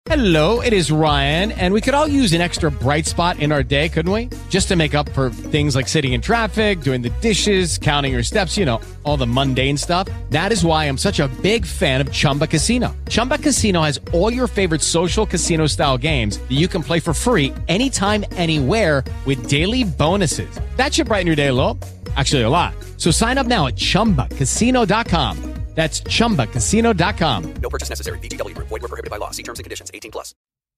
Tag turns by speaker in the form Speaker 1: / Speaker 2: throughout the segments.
Speaker 1: Hello, it is Ryan, and we could all use an extra bright spot in our day, couldn't we? Just to make up for things like sitting in traffic, doing the dishes, counting your steps, you know, all the mundane stuff. That is why I'm such a big fan of Chumba Casino. Chumba Casino has all your favorite social casino-style games that you can play for free anytime, anywhere with daily bonuses. That should brighten your day a little. Actually, a lot. So sign up now at ChumbaCasino.com. That's ChumbaCasino.com.
Speaker 2: No purchase necessary. VGW Group. Void where prohibited by law. See terms and conditions. 18+.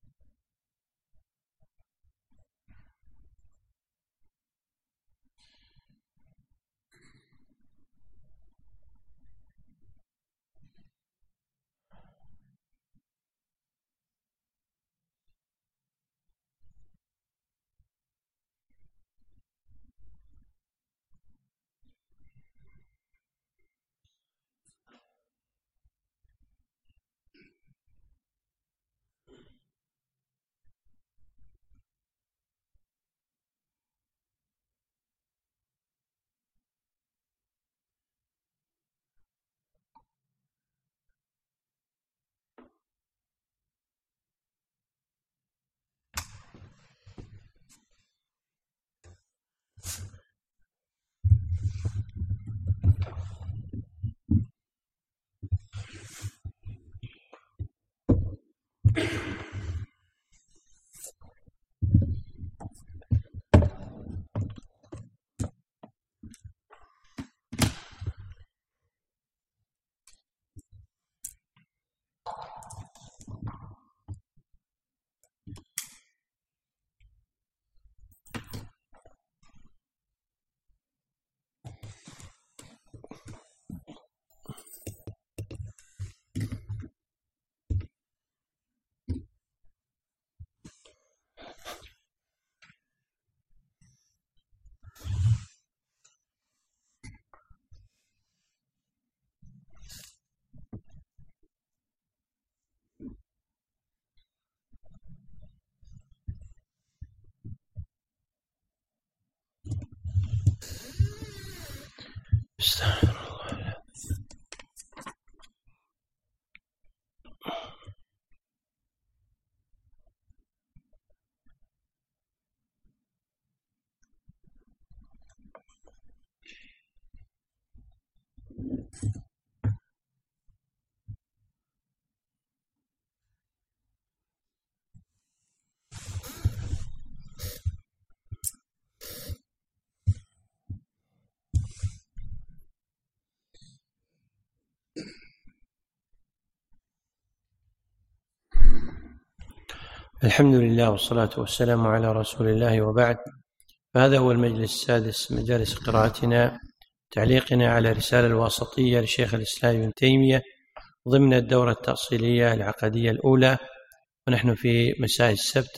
Speaker 3: الحمد لله والصلاة والسلام على رسول الله، وبعد. فهذا هو المجلس السادس من مجالس قراءتنا، تعليقنا على رسالة الواسطية لشيخ الإسلام ابن تيمية ضمن الدورة التأصيلية العقدية الأولى، ونحن في مساء السبت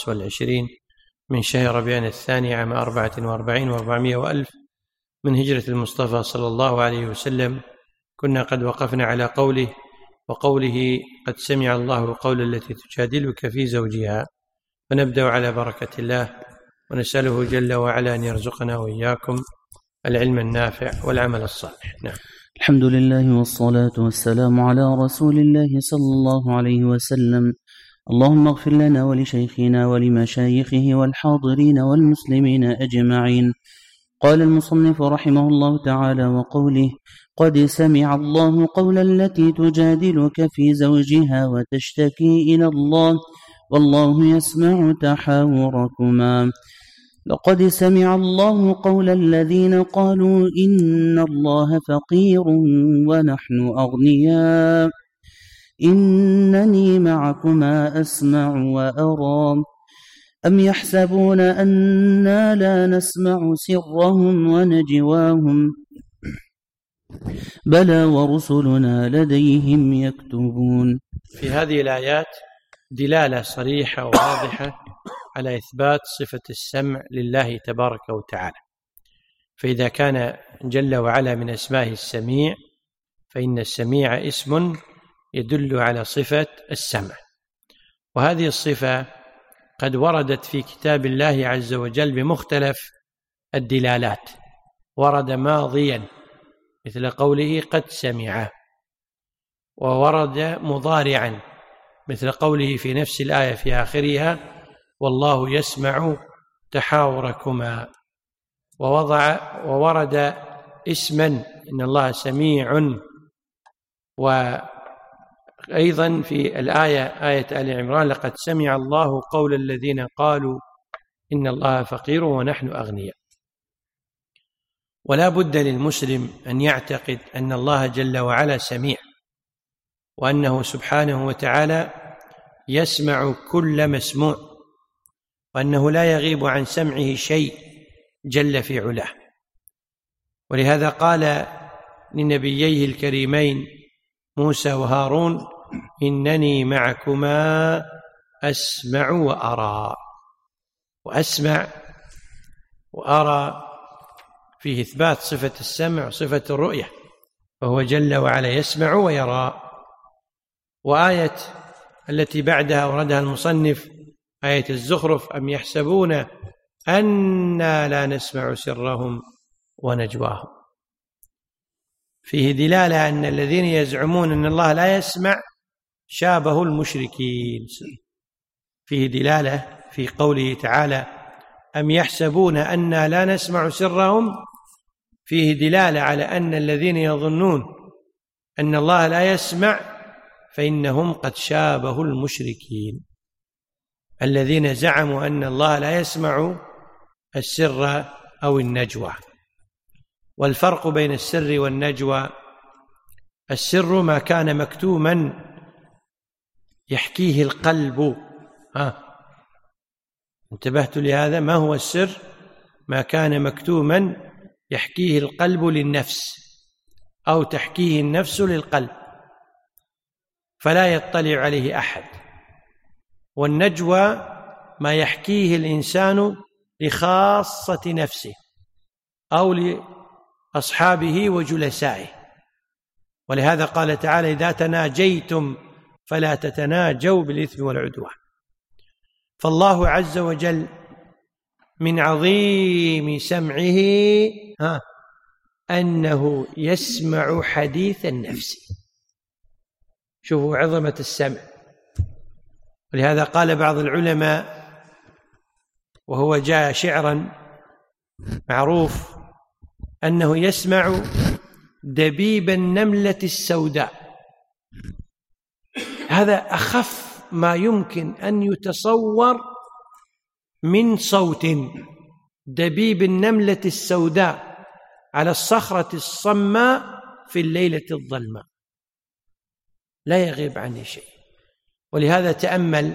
Speaker 3: 25 من شهر ربيع الثاني عام 44 و400 وألف من هجرة المصطفى صلى الله عليه وسلم. كنا قد وقفنا على وقوله قد سمع الله قول التي تجادلك في زوجها، ونبدأ على بركة الله، ونسأله جل وعلا أن يرزقنا وإياكم العلم النافع والعمل الصالح. نعم.
Speaker 4: الحمد لله والصلاة والسلام على رسول الله صلى الله عليه وسلم. اللهم اغفر لنا ولشيخنا ولمشايخه والحاضرين والمسلمين أجمعين. قال المصنف رحمه الله تعالى: وقوله قد سمع الله قول التي تجادلك في زوجها وتشتكي إلى الله والله يسمع تحاوركما. لقد سمع الله قول الذين قالوا إن الله فقير ونحن أغنياء إنني معكما أسمع وأرى أم يحسبون أنا لا نسمع سرهم ونجواهم بلى ورسلنا لديهم يكتبون.
Speaker 3: في هذه الآيات دلالة صريحة وواضحة على إثبات صفة السمع لله تبارك وتعالى. فإذا كان جل وعلا من أسمائه السميع، فإن السميع اسم يدل على صفة السمع، وهذه الصفة قد وردت في كتاب الله عز وجل بمختلف الدلالات. ورد ماضيا مثل قوله قد سمع، وورد مضارعا مثل قوله في نفس الآية في آخرها: والله يسمع تحاوركما. وورد اسما إن الله سميع. وأيضا في الآية آية آل عمران: لقد سمع الله قول الذين قالوا إن الله فقير ونحن أغنياء. ولا بد للمسلم أن يعتقد أن الله جل وعلا سميع، وأنه سبحانه وتعالى يسمع كل مسموع، وأنه لا يغيب عن سمعه شيء جل في علاه. ولهذا قال لنبييه الكريمين موسى وهارون: إنني معكما أسمع وأرى. وأسمع وأرى فيه إثبات صفة السمع وصفة الرؤية، فهو جل وعلا يسمع ويرى. وآية التي بعدها أوردها المصنف آية الزخرف: أم يحسبون أنا لا نسمع سرهم ونجواهم، فيه دلالة أن الذين يزعمون أن الله لا يسمع شابهوا المشركين. فيه دلالة في قوله تعالى: أم يحسبون أنا لا نسمع سرهم، فيه دلالة على أن الذين يظنون أن الله لا يسمع فإنهم قد شابهوا المشركين الذين زعموا أن الله لا يسمع السر أو النجوى. والفرق بين السر والنجوى: السر ما كان مكتوما يحكيه القلب. انتبهت لهذا؟ ما هو السر؟ ما كان مكتوما يحكيه القلب للنفس أو تحكيه النفس للقلب فلا يطلع عليه أحد. والنجوى ما يحكيه الإنسان لخاصة نفسه أو لأصحابه وجلسائه. ولهذا قال تعالى: إذا تناجيتم فلا تتناجوا بالإثم والعدوان. فالله عز وجل من عظيم سمعه أنه يسمع حديث النفس. شوفوا عظمة السمع. ولهذا قال بعض العلماء، وهو جاء شعرا معروف، أنه يسمع دبيب النملة السوداء. هذا أخف ما يمكن أن يتصور من صوت دبيب النملة السوداء على الصخرة الصماء في الليلة الظلماء، لا يغيب عنه شيء. ولهذا تأمل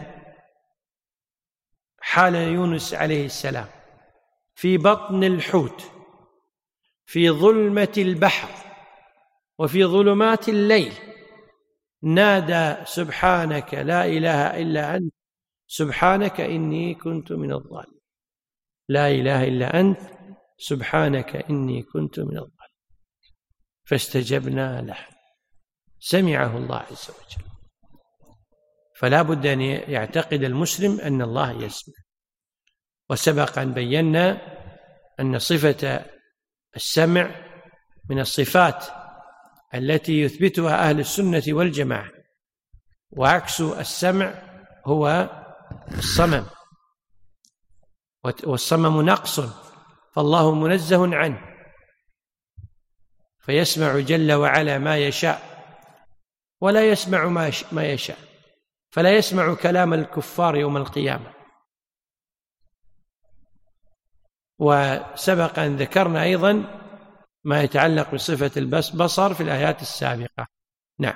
Speaker 3: حال يونس عليه السلام في بطن الحوت في ظلمة البحر وفي ظلمات الليل، نادى: سبحانك لا إله إلا أنت، سبحانك إني كنت من الظالمين. لا إله إلا أنت، سبحانك إني كنت من الظالمين. فاستجبنا له، سمعه الله عز وجل. فلا بد أن يعتقد المسلم أن الله يسمع. وسبق أن بينا أن صفة السمع من الصفات التي يثبتها أهل السنة والجماعة، وعكس السمع هو الصمم، والصمم نقص، فالله منزه عنه، فيسمع جل وعلا ما يشاء ولا يسمع ما يشاء، فلا يسمع كلام الكفار يوم القيامة. وسبق أن ذكرنا أيضا ما يتعلق بصفة البصر في الآيات السابقة. نعم.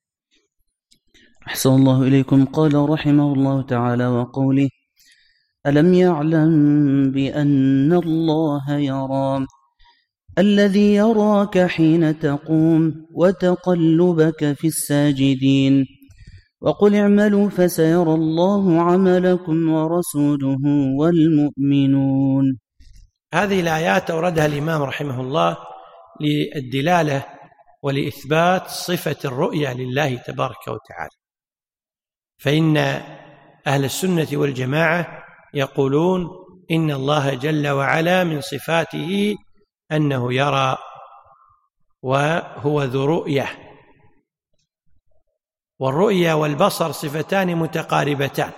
Speaker 4: أحسن الله إليكم. قال رحمه الله تعالى: وقوله: ألم يعلم بأن الله يرى، الذي يراك حين تقوم وتقلبك في الساجدين، وقل اعملوا فسيرى الله عملكم ورسوله والمؤمنون.
Speaker 3: هذه الآيات أوردها الإمام رحمه الله للدلالة ولإثبات صفة الرؤية لله تبارك وتعالى. فإن أهل السنة والجماعة يقولون إن الله جل وعلا من صفاته أنه يرى، وهو ذو رؤية، والرؤية والبصر صفتان متقاربتان،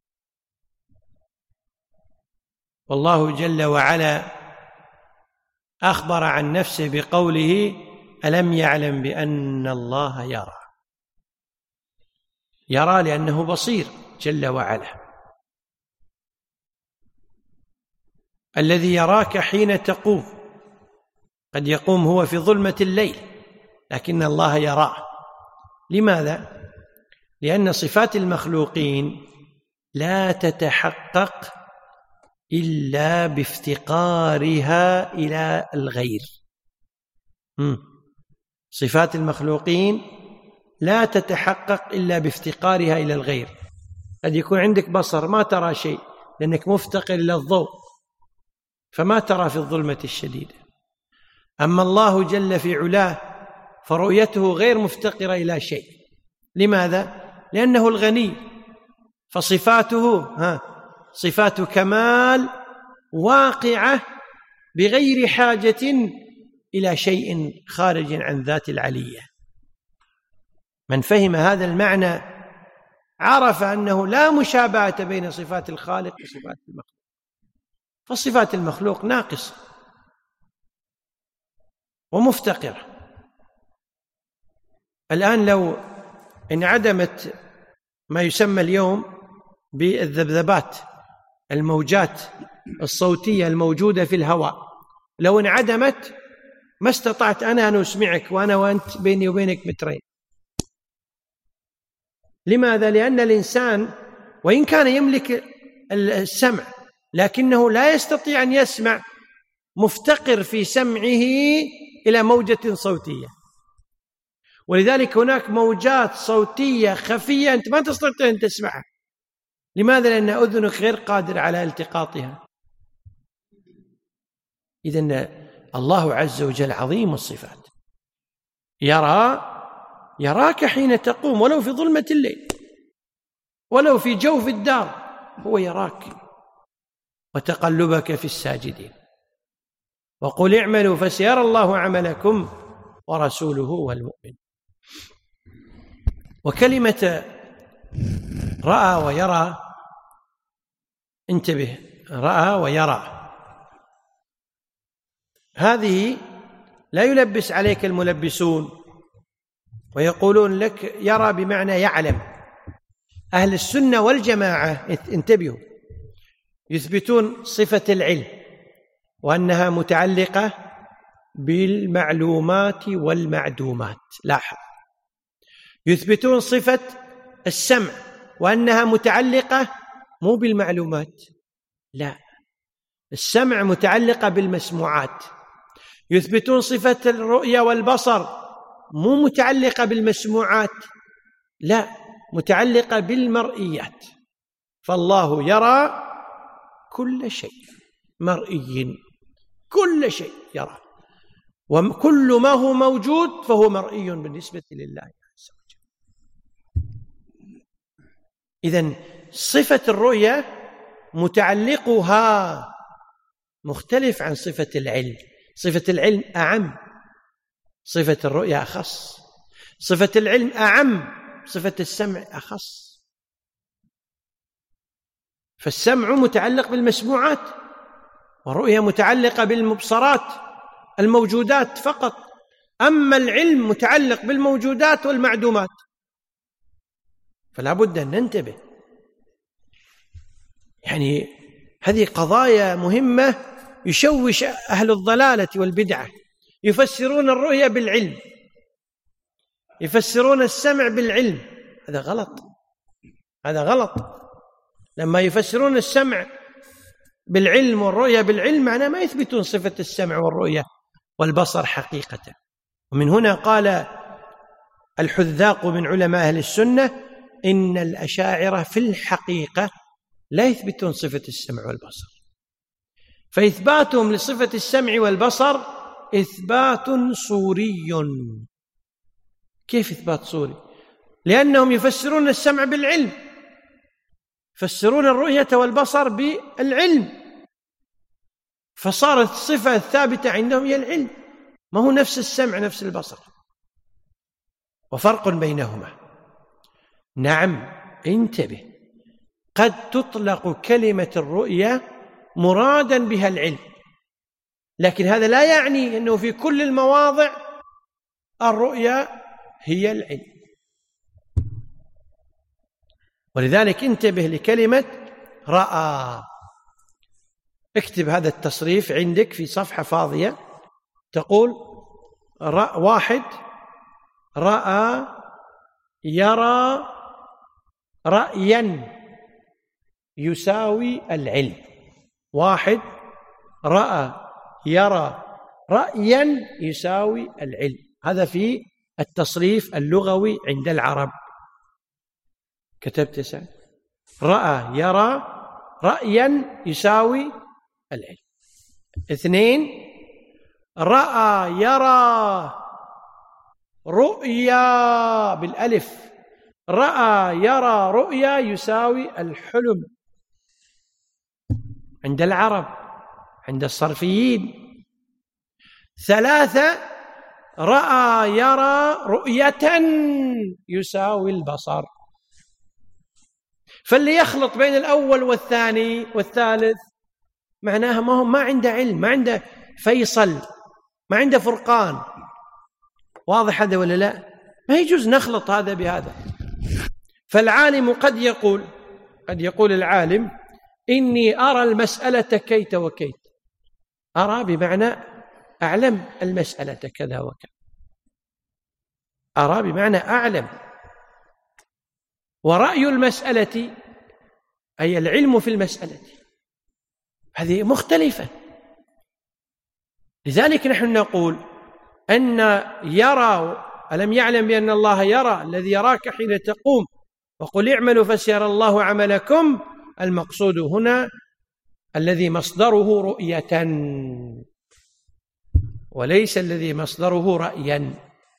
Speaker 3: والله جل وعلا أخبر عن نفسه بقوله: ألم يعلم بأن الله يرى. يرى لأنه بصير جل وعلا، الذي يراك حين تقوم. قد يقوم هو في ظلمة الليل لكن الله يراه. لماذا؟ لأن صفات المخلوقين لا تتحقق إلا بافتقارها إلى الغير. صفات المخلوقين لا تتحقق إلا بافتقارها إلى الغير. قد يكون عندك بصر ما ترى شيء لأنك مفتقر إلى الضوء فما ترى في الظلمة الشديدة. أما الله جل في علاه فرؤيته غير مفتقرة إلى شيء. لماذا؟ لأنه الغني، فصفاته صفات كمال واقعة بغير حاجة إلى شيء خارج عن ذات العلية. من فهم هذا المعنى عرف أنه لا مشابهة بين صفات الخالق وصفات المخلوق، فصفات المخلوق ناقصة ومفتقرة. الآن لو انعدمت ما يسمى اليوم بالذبذبات، الموجات الصوتية الموجودة في الهواء، لو انعدمت ما استطعت أنا أن أسمعك وأنا وأنت بيني وبينك مترين. لماذا؟ لأن الإنسان وإن كان يملك السمع لكنه لا يستطيع أن يسمع، مفتقر في سمعه إلى موجة صوتية. ولذلك هناك موجات صوتية خفية أنت ما تستطيع أن تسمعها. لماذا؟ لأن أذنك غير قادر على التقاطها. إذن الله عز وجل عظيم الصفات، يراك حين تقوم ولو في ظلمة الليل ولو في جوف الدار، هو يراك وتقلبك في الساجدين. وقل اعملوا فسيرى الله عملكم ورسوله والمؤمن. وكلمة رأى ويرى، انتبه، رأى ويرى، هذه لا يلبس عليك الملبسون ويقولون لك يرى بمعنى يعلم. أهل السنة والجماعة انتبهوا، يثبتون صفة العلم وأنها متعلقة بالمعلومات والمعدومات. لاحظ، يثبتون صفة السمع وأنها متعلقة مو بالمعلومات، لا، السمع متعلقة بالمسموعات. يثبتون صفة الرؤية والبصر مو متعلقة بالمسموعات، لا، متعلقة بالمرئيات. فالله يرى كل شيء مرئي، كل شيء يرى، وكل ما هو موجود فهو مرئي بالنسبة لله عز وجل. إذن صفة الرؤية متعلقها مختلف عن صفة العلم. صفة العلم أعم، صفة الرؤية أخص. صفة العلم أعم، صفة السمع أخص. فالسمع متعلق بالمسموعات والرؤية متعلقة بالمبصرات الموجودات فقط، أما العلم متعلق بالموجودات والمعدومات. فلا بد أن ننتبه، يعني هذه قضايا مهمة. يشوش أهل الضلالة والبدعة، يفسرون الرؤية بالعلم، يفسرون السمع بالعلم. هذا غلط، هذا غلط. لما يفسرون السمع بالعلم والرؤية بالعلم معناه ما يثبتون صفة السمع والرؤية والبصر حقيقة. ومن هنا قال الحذاق من علماء أهل السنة إن الأشاعرة في الحقيقة لا يثبتون صفة السمع والبصر، فإثباتهم لصفة السمع والبصر إثبات صوري. كيف إثبات صوري؟ لأنهم يفسرون السمع بالعلم، يفسرون الرؤية والبصر بالعلم، فصارت الصفة الثابتة عندهم هي العلم، ما هو نفس السمع نفس البصر، وفرق بينهما. نعم، انتبه، قد تطلق كلمة الرؤية مرادا بها العلم، لكن هذا لا يعني أنه في كل المواضع الرؤية هي العلم. ولذلك انتبه لكلمة رأى. اكتب هذا التصريف عندك في صفحة فاضية، تقول واحد رأى يرى رأيا يساوي العلم. واحد رأى يرى رأيا يساوي العلم. هذا في التصريف اللغوي عند العرب. كتبت يا سعد؟ رأى يرى رأيا يساوي العلم. اثنين رأى يرى رؤيا بالألف. رأى يرى رؤيا يساوي الحلم عند العرب، عند الصرفيين. ثلاثة رأى يرى رؤية يساوي البصر. فاللي يخلط بين الأول والثاني والثالث معناها ما عنده علم، ما عنده فيصل، ما عنده فرقان. واضح هذا ولا لا؟ ما يجوز نخلط هذا بهذا. فالعالم قد يقول العالم إني أرى المسألة كيت وكيت. أرى بمعنى أعلم المسألة كذا وكذا. أرى بمعنى أعلم. ورأي المسألة أي العلم في المسألة هذه مختلفة. لذلك نحن نقول أن يرى، ألم يعلم بأن الله يرى، الذي يراك حين تقوم، وقل اعملوا فسيرى الله عملكم. المقصود هنا الذي مصدره رؤية، وليس الذي مصدره رأيا.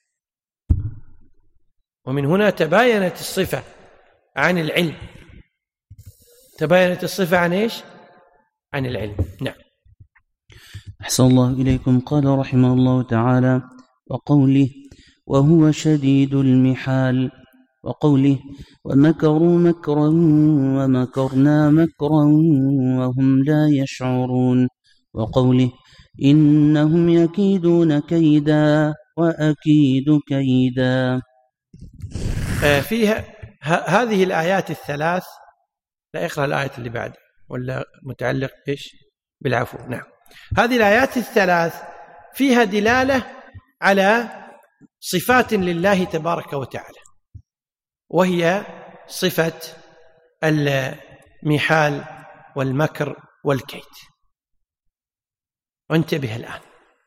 Speaker 3: ومن هنا تباينت الصفة عن العلم. تباينت الصفة عن إيش؟ عن العلم. نعم.
Speaker 4: أحسن الله إليكم. قال رحمه الله تعالى: وقوله وهو شديد المحال، وقوله ومكروا مكرا ومكرنا مكرا وهم لا يشعرون، وقوله إنهم يكيدون كيدا وأكيد كيدا.
Speaker 3: فيها هذه الآيات الثلاث. لا اقرأ الآية اللي بعد ولا متعلق إيش بالعفو. نعم. هذه الآيات الثلاث فيها دلالة على صفات لله تبارك وتعالى، وهي صفة المحال والمكر والكيد. وانتبه الآن.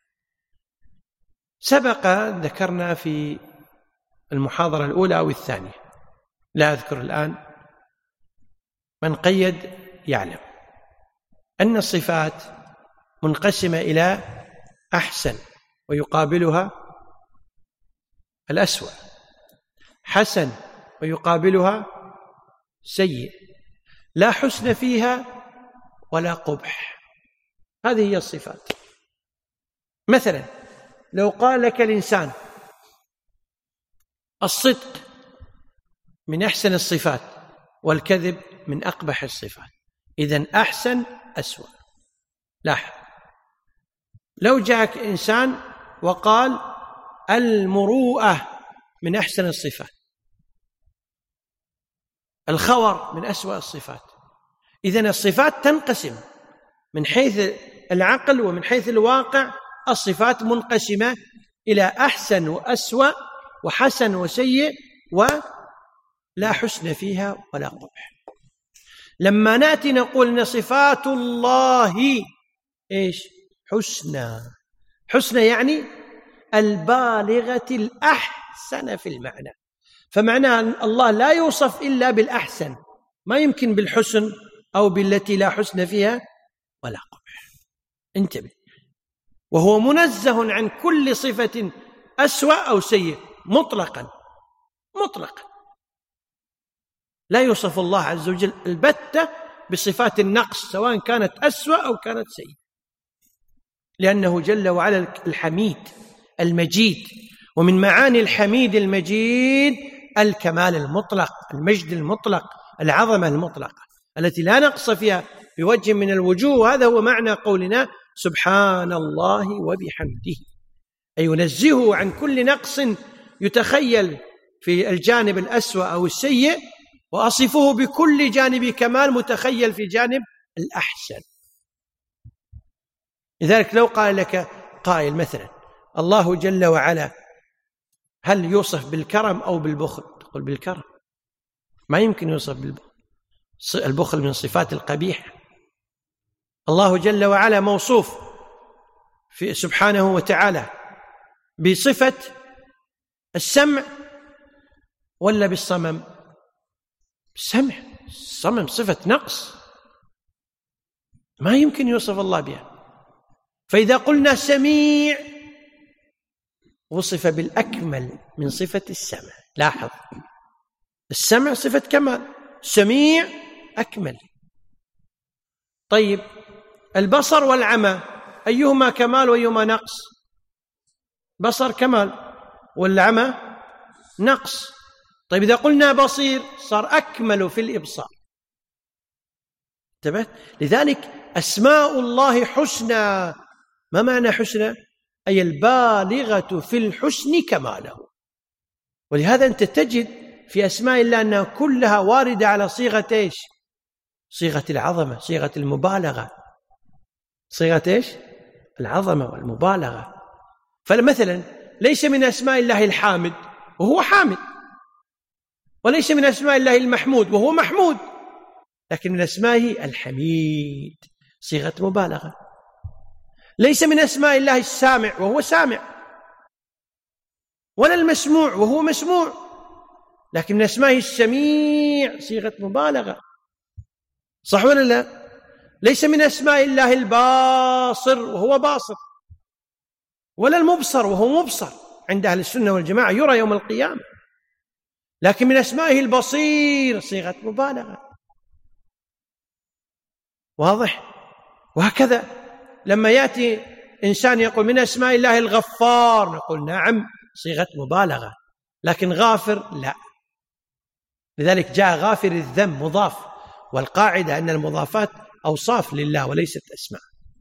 Speaker 3: سبق ذكرنا في المحاضرة الأولى أو الثانية، لا أذكر الآن، من قيد يعلم أن الصفات منقسمة إلى أحسن ويقابلها الأسوأ، حسن ويقابلها سيء، لا حسن فيها ولا قبح. هذه هي الصفات. مثلا لو قال لك الإنسان الصدق من أحسن الصفات والكذب من أقبح الصفات، إذن أحسن أسوأ. لاحظ، لو جاءك إنسان وقال المروءة من أحسن الصفات، الخور من أسوأ الصفات، إذن الصفات تنقسم من حيث العقل ومن حيث الواقع. الصفات منقسمة إلى أحسن وأسوأ وحسن وسيء ولا حسن فيها ولا قبح. لما نأتي نقول إن صفات الله إيش؟ حسنى. حسنى يعني البالغة الأحسن في المعنى. فمعنى أن الله لا يوصف إلا بالأحسن، ما يمكن بالحسن أو بالتي لا حسن فيها ولا قبح. انتبه. وهو منزه عن كل صفة أسوأ أو سيء مطلقا. لا يوصف الله عز وجل البتة بصفات النقص سواء كانت أسوأ أو كانت سيئة، لأنه جل وعلا الحميد المجيد. ومن معاني الحميد المجيد الكمال المطلق، المجد المطلق، العظمة المطلقة التي لا نقص فيها بوجه من الوجوه. وهذا هو معنى قولنا سبحان الله وبحمده، أي ينزهه عن كل نقص يتخيل في الجانب الأسوأ أو السيء، وأصفه بكل جانب كمال متخيل في جانب الأحسن. لذلك لو قال لك قائل مثلا الله جل وعلا هل يوصف بالكرم أو بالبخل؟ تقول بالكرم، ما يمكن يوصف بالبخل، البخل من صفات القبيحة. الله جل وعلا موصوف في سبحانه وتعالى بصفة السمع ولا بالصمم؟ بالسمع. الصمم صفة نقص ما يمكن يوصف الله بها. فإذا قلنا سميع وصف بالأكمل من صفة السمع. لاحظ، السمع صفة كمال، سميع أكمل. طيب البصر والعمى أيهما كمال وأيهما نقص؟ بصر كمال والعمى نقص. طيب إذا قلنا بصير صار أكمل في الإبصار. انتبهت؟ لذلك أسماء الله حسنى. ما معنى حسنى؟ أي البالغة في الحسن كماله. ولهذا أنت تجد في أسماء الله أنها كلها واردة على صيغة إيش؟ صيغة العظمة، صيغة المبالغة، صيغة إيش؟ العظمة والمبالغة. فمثلا ليس من أسماء الله الحامد وهو حامد، وليس من أسماء الله المحمود وهو محمود، لكن من أسمائه الحميد، صيغة مبالغة. ليس من أسماء الله السامع وهو سامع، ولا المسموع وهو مسموع، لكن من أسمائه السميع، صيغة مبالغة. صح ولا لا؟ ليس من أسماء الله الباصر وهو باصر، ولا المبصر وهو مبصر، عند أهل السنة والجماعة يرى يوم القيامة، لكن من أسمائه البصير، صيغة مبالغة. واضح؟ وهكذا لما يأتي إنسان يقول من أسماء الله الغفار، نقول نعم، صيغة مبالغة، لكن غافر لا. لذلك جاء غافر الذنب مضاف، والقاعدة أن المضافات أوصاف لله وليست أسماء.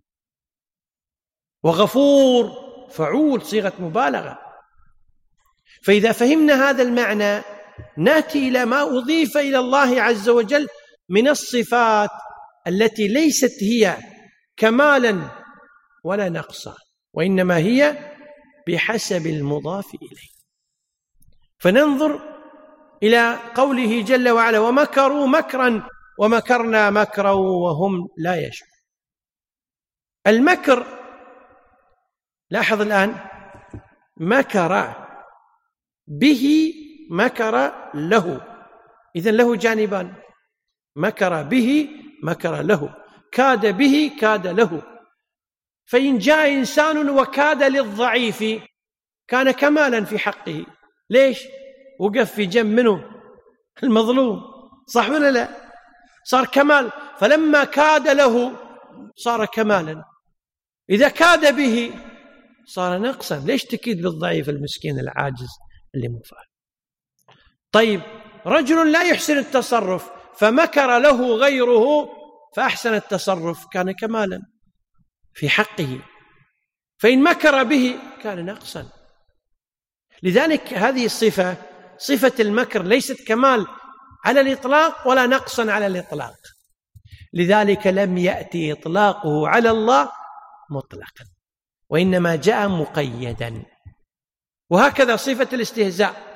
Speaker 3: وغفور فعول، صيغة مبالغة. فإذا فهمنا هذا المعنى نأتي إلى ما أضيف إلى الله عز وجل من الصفات التي ليست هي كمالا ولا نقصا، وإنما هي بحسب المضاف إليه. فننظر إلى قوله جل وعلا ومكروا مكرا ومكرنا مكرا وهم لا يشعرون. المكر، لاحظ الآن، مكر به مكر له، إذن له جانبان، مكر به مكر له، كاد به كاد له. فإن جاء إنسان وكاد للضعيف كان كمالا في حقه. ليش؟ وقف في جنب منه المظلوم، صح ولا لا؟ صار كمال. فلما كاد له صار كمالا. إذا كاد به صار نقصا. ليش تكيد بالضعيف المسكين العاجز اللي مو فاهم؟ طيب رجل لا يحسن التصرف فمكر له غيره فأحسن التصرف، كان كمالا في حقه. فإن مكر به كان نقصا. لذلك هذه الصفة، صفة المكر، ليست كمال على الإطلاق ولا نقصا على الإطلاق. لذلك لم يأتي إطلاقه على الله مطلقا، وإنما جاء مقيدا. وهكذا صفة الاستهزاء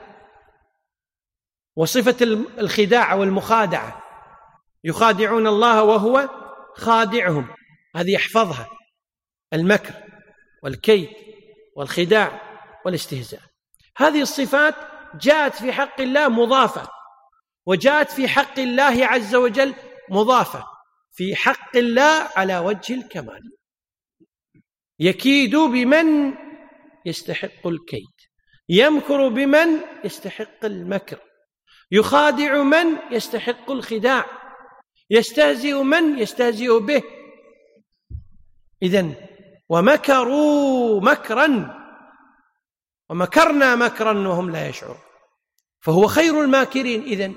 Speaker 3: وصفة الخداع والمخادعة، يخادعون الله وهو خادعهم، هذه يحفظها، المكر والكيد والخداع والاستهزاء. هذه الصفات جاءت في حق الله مضافة، وجاءت في حق الله عز وجل مضافة. في حق الله على وجه الكمال، يكيد بمن يستحق الكيد، يمكر بمن يستحق المكر، يخادع من يستحق الخداع، يستهزئ من يستهزئ به. إذن ومكروا مكرا ومكرنا مكرا وهم لا يشعرون. فهو خير الماكرين إذن،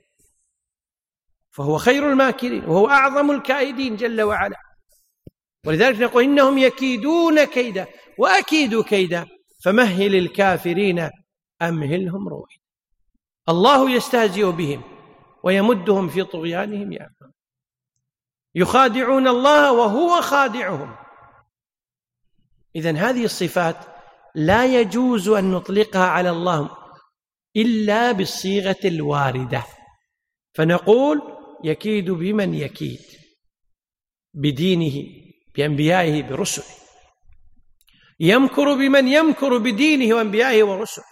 Speaker 3: فهو خير الماكرين وهو أعظم الكائدين جل وعلا. ولذلك نقول إنهم يكيدون كيدا وأكيد كيدا فمهل الكافرين أمهلهم رويدا. الله يستهزئ بهم ويمدهم في طغيانهم يعمهون، يخادعون الله وهو خادعهم. إذن هذه الصفات لا يجوز أن نطلقها على الله إلا بالصيغة الواردة، فنقول يكيد بمن يكيد، بدينه بأنبيائه برسله، يمكر بمن يمكر بدينه وأنبيائه ورسله.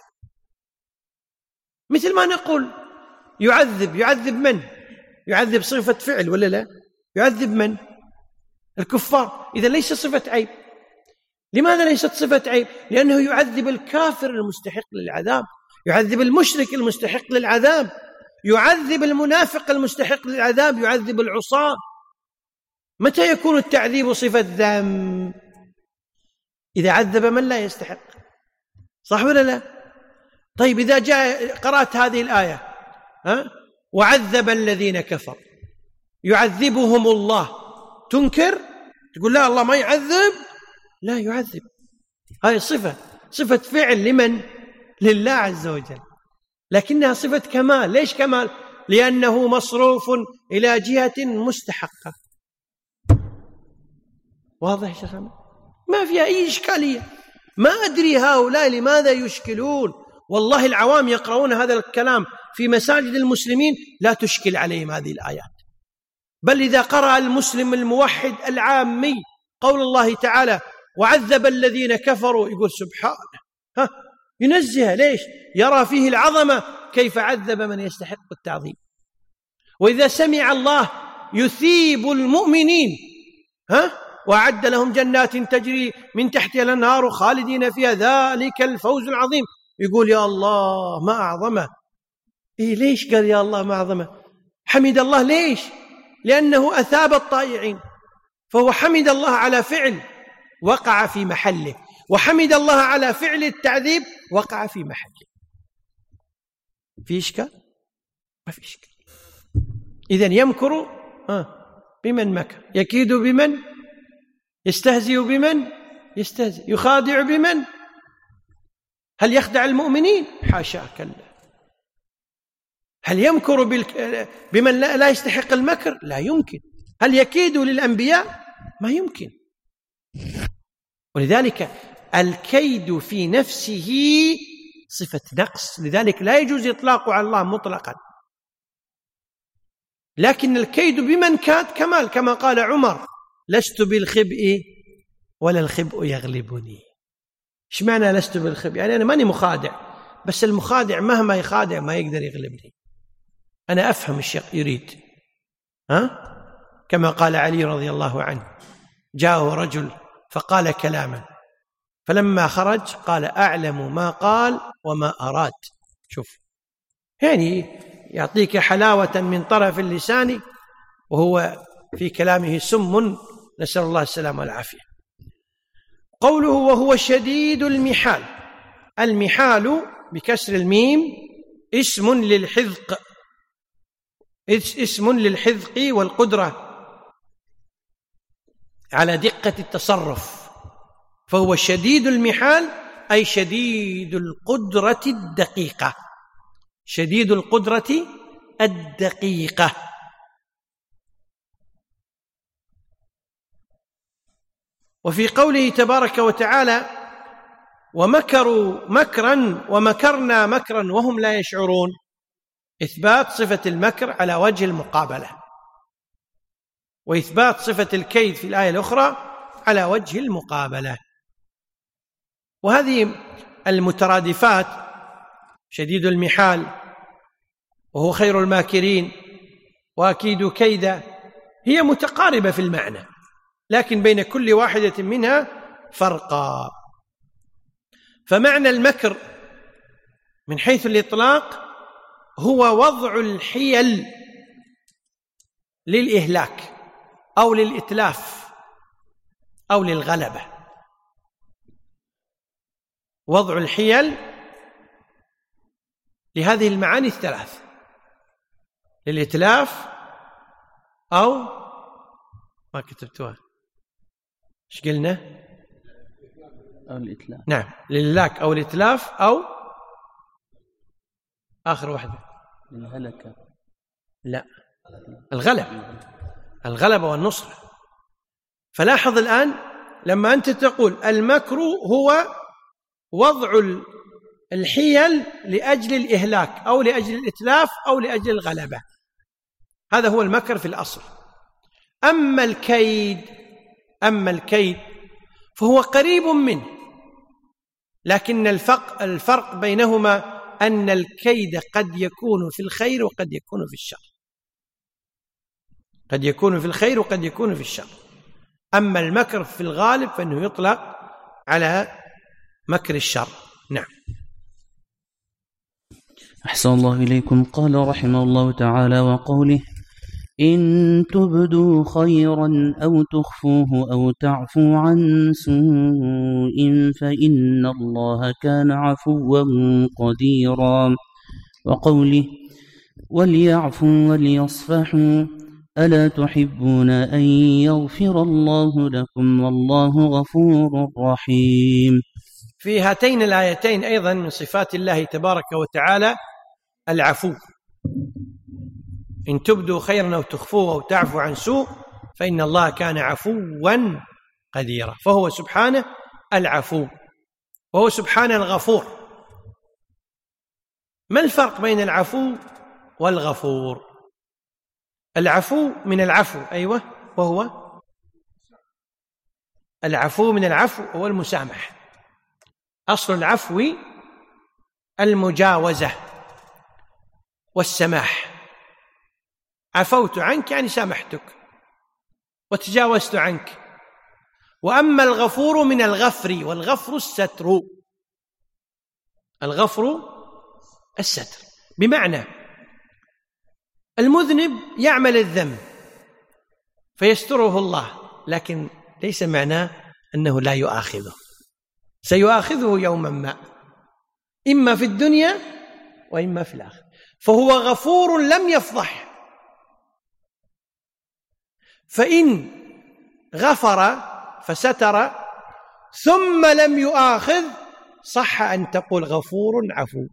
Speaker 3: مثل ما نقول يعذب من؟ يعذب صفة فعل ولا لا؟ يعذب من؟ الكفار. إذا ليس صفة عيب. لماذا ليست صفة عيب؟ لأنه يعذب الكافر المستحق للعذاب، يعذب المشرك المستحق للعذاب، يعذب المنافق المستحق للعذاب، يعذب العصاة. متى يكون التعذيب صفة ذم؟ إذا عذب من لا يستحق، صح ولا لا؟ طيب إذا جاء قرأت هذه الآية وعذب الذين كفروا، يعذبهم الله، تنكر؟ تقول لا الله ما يعذب؟ لا يعذب. هذه صفة فعل لمن؟ لله عز وجل، لكنها صفة كمال. ليش كمال؟ لأنه مصروف إلى جهة مستحقة. واضح يا شيخ؟ ما فيها أي إشكالية. ما أدري هؤلاء لماذا يشكلون. والله العوام يقرؤون هذا الكلام في مساجد المسلمين لا تشكل عليهم هذه الآيات، بل إذا قرأ المسلم الموحد العامي قول الله تعالى وعذب الذين كفروا يقول سبحانه، ينزه. ليش؟ يرى فيه العظمة كيف عذب من يستحق التعظيم. وإذا سمع الله يثيب المؤمنين وأعد لهم جنات تجري من تحتها الأنهار خالدين فيها ذلك الفوز العظيم، يقول يا الله ما أعظمه. ليش قال يا الله ما أعظمه؟ حمد الله. ليش؟ لأنه أثاب الطائعين، فهو حمد الله على فعل وقع في محله، وحمد الله على فعل التعذيب وقع في محله. في إشكال؟ ما في إشكال. إذن يمكر بمن مكر، يكيد بمن يستهزئ، بمن يستهزئ، يخادع بمن. هل يخدع المؤمنين؟ حاشا كلا. هل يمكر بمن لا يستحق المكر؟ لا يمكن. هل يكيد للأنبياء؟ ما يمكن. ولذلك الكيد في نفسه صفة نقص، لذلك لا يجوز إطلاقه على الله مطلقا. لكن الكيد بمن كاد كمال، كما قال عمر لست بالخبء ولا الخبء يغلبني. إيش معنى لست بالخبء؟ يعني أنا ماني مخادع، بس المخادع مهما يخادع ما يقدر يغلبني. أنا أفهم الشيء يريد. كما قال علي رضي الله عنه جاءه رجل فقال كلاما، فلما خرج قال أعلم ما قال وما أراد. شوف، يعني يعطيك حلاوة من طرف اللسان وهو في كلامه سم، نسأل الله السلامة والعافية. قوله وهو شديد المحال. المحال بكسر الميم اسم للحذق، اسم للحذق والقدرة على دقة التصرف. فهو شديد المحال أي شديد القدرة الدقيقة، شديد القدرة الدقيقة. وفي قوله تبارك وتعالى ومكروا مكرا ومكرنا مكرا وهم لا يشعرون، إثبات صفة المكر على وجه المقابلة، وإثبات صفة الكيد في الآية الأخرى على وجه المقابلة. وهذه المترادفات شديد المحال وهو خير الماكرين وأكيد كيدا هي متقاربة في المعنى، لكن بين كل واحدة منها فرقا. فمعنى المكر من حيث الإطلاق هو وضع الحيل للإهلاك أو للإتلاف أو للغلبة. وضع الحيل لهذه المعاني الثلاث، للإتلاف أو ما كتبتوها، إيش قلنا؟
Speaker 4: أو الإتلاف.
Speaker 3: نعم، للهلاك أو الإتلاف أو آخر واحدة
Speaker 4: الهلكة.
Speaker 3: لا، الغلبة والنصرة. فلاحظ الآن لما أنت تقول المكر هو وضع الحيل لأجل الإهلاك أو لأجل الإتلاف أو لأجل الغلبة، هذا هو المكر في الأصل. أما الكيد فهو قريب منه، لكن الفرق بينهما أن الكيد قد يكون في الخير وقد يكون في الشر، قد يكون في الخير وقد يكون في الشر. أما المكر في الغالب فإنه يطلق على مكر الشر. نعم.
Speaker 4: أحسن الله إليكم. قال رحمه الله تعالى: وقوله: إن تبدوا خيرا أو تخفوه أو تعفوا عن سوء فإن الله كان عفوا قديرا. وقوله: وليعفوا وليصفحوا ألا تحبون أن يغفر الله لكم والله غفور رحيم.
Speaker 3: في هاتين الآيتين أيضا من صفات الله تبارك وتعالى العفو. إن تبدوا خيرا أو تخفوه أو تعفوا عن سوء فإن الله كان عفوا قديرا. فهو سبحانه العفو وهو سبحانه الغفور. ما الفرق بين العفو والغفور؟ العفو من العفو، أيوة، وهو العفو من العفو هو المسامح. أصل العفو المجاوزة والسماح. عفوت عنك يعني سامحتك وتجاوزت عنك. وأما الغفور من الغفر، والغفر الستر، الغفر الستر، بمعنى المذنب يعمل الذنب فيستره الله، لكن ليس معناه أنه لا يؤاخذه، سيؤاخذه يوما ما، إما في الدنيا وإما في الآخرة. فهو غفور لم يفضح، فإن غفر فستر ثم لم يؤاخذ صح أن تقول غفور عفو.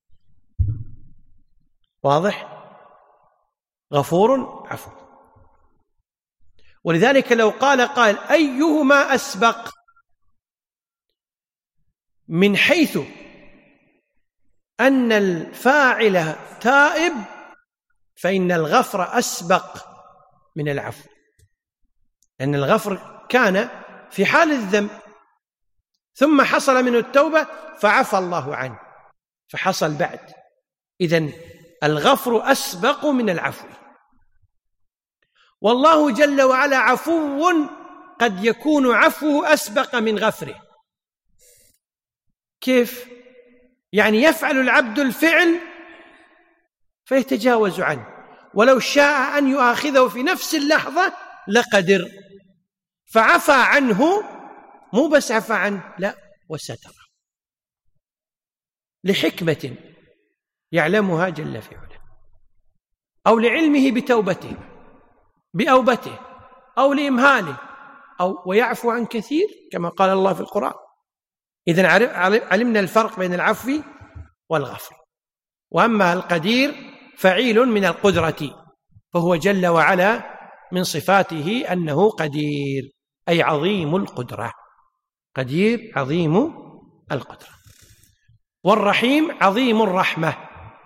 Speaker 3: واضح؟ غفور عفو. ولذلك لو قال أيهما أسبق من حيث أن الفاعل تائب فإن الغفر أسبق من العفو، لأن الغفر كان في حال الذنب ثم حصل منه التوبة فعفى الله عنه فحصل بعد. إذن الغفر أسبق من العفو. والله جل وعلا عفو قد يكون عفوه أسبق من غفره. كيف؟ يعني يفعل العبد الفعل فيتجاوز عنه، ولو شاء أن يؤاخذه في نفس اللحظة لقدر، فعفى عنه، مو بس عفى عنه، لا وستره لحكمة يعلمها جل في علاه، أو لعلمه بتوبته بأوبته أو لإمهاله، أو ويعفو عن كثير كما قال الله في القرآن. إذن علمنا الفرق بين العفو والغفر. وأما القدير فعيل من القدرة، فهو جل وعلا من صفاته أنه قدير، أي عظيم القدرة، قدير عظيم القدرة. والرحيم عظيم الرحمة.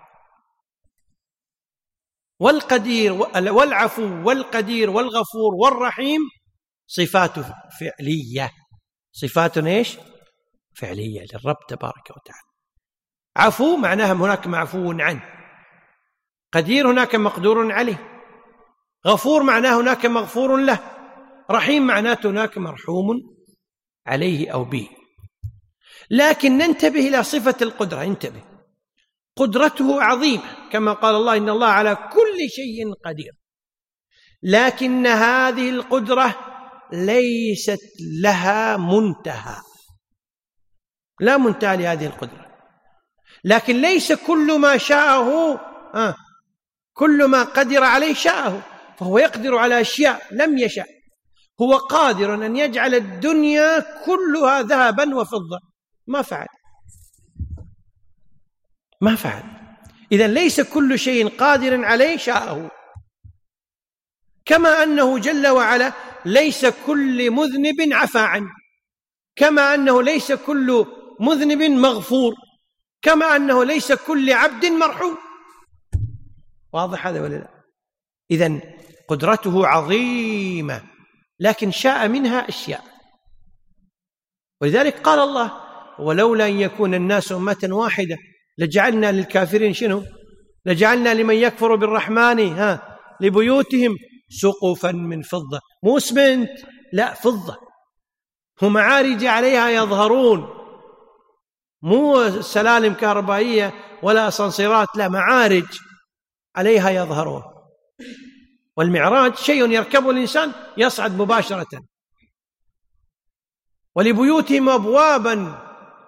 Speaker 3: والقدير والعفو والقدير والغفور والرحيم صفات فعلية، صفات ايش؟ فعلية للرب تبارك وتعالى. عفو معناها هناك معفو عنه، قدير هناك مقدور عليه، غفور معناه هناك مغفور له، رحيم معناته هناك مرحوم عليه أو به. لكن ننتبه إلى صفة القدرة، انتبه، قدرته عظيمة كما قال الله إن الله على كل شيء قدير، لكن هذه القدرة ليست لها منتهى، لا منتهى لهذه القدرة، لكن ليس كل ما شاءه كل ما قدر عليه شاءه، فهو يقدر على أشياء لم يشأ. هو قادر أن يجعل الدنيا كلها ذهبا وفضة، ما فعل. إذن ليس كل شيء قادر عليه شاءه. كما أنه جل وعلا ليس كل مذنب عفى عنه، كما أنه ليس كل مذنب مغفور، كما أنه ليس كل عبد مرحوم. واضح هذا ولا لا؟ إذن قدرته عظيمة، لكن شاء منها أشياء. ولذلك قال الله: ولولا أن يكون الناس أمة واحدة لجعلنا للكافرين شنو؟ لجعلنا لمن يكفر بالرحمن لبيوتهم سقفا من فضة. مو اسمنت، لا، فضة. ومعارج عليها يظهرون، مو سلالم كهربائية ولا أسانسيرات، لا، معارج عليها يظهرون. والمعراج شيء يركبه الإنسان يصعد مباشرة. ولبيوتهم أبوابا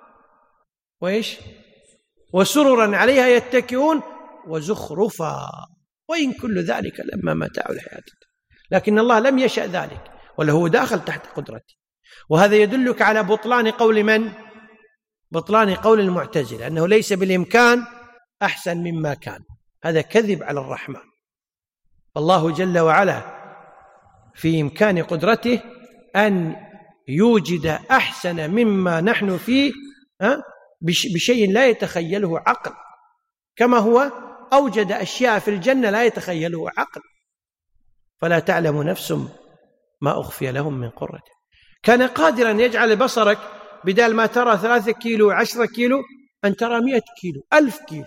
Speaker 3: وسررا عليها يتكئون وزخرفا وإن كل ذلك لما متاع الحياة الدنيا. لكن الله لم يشأ ذلك، ولا هو داخل تحت قدرته. وهذا يدلك على بطلان قول من؟ بطلان قول المعتزلة، أنه ليس بالإمكان أحسن مما كان. هذا كذب على الرحمن. الله جل وعلا في إمكان قدرته أن يوجد أحسن مما نحن فيه بشيء لا يتخيله عقل، كما هو أوجد أشياء في الجنة لا يتخيله عقل. فلا تعلم نفس ما أخفي لهم من قرة. كان قادرا يجعل بصرك بدال ما ترى 3 كيلو 10 كيلو أن ترى 100 كيلو 1000 كيلو.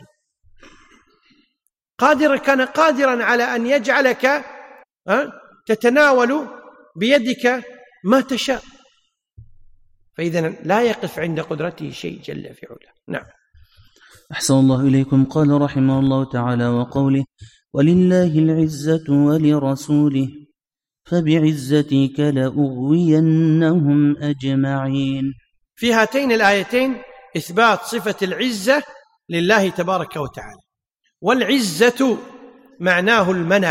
Speaker 3: كان قادرا على أن يجعلك تتناول بيدك ما تشاء. فإذا لا يقف عند قدرته شيء جل في علاه. نعم.
Speaker 4: أحسن الله إليكم. قال رحمه الله تعالى: وقوله: ولله العزة ولرسوله فبعزتك لأغوينهم أجمعين. في
Speaker 3: هاتين الآيتين إثبات صفة العزة لله تبارك وتعالى. والعزة معناه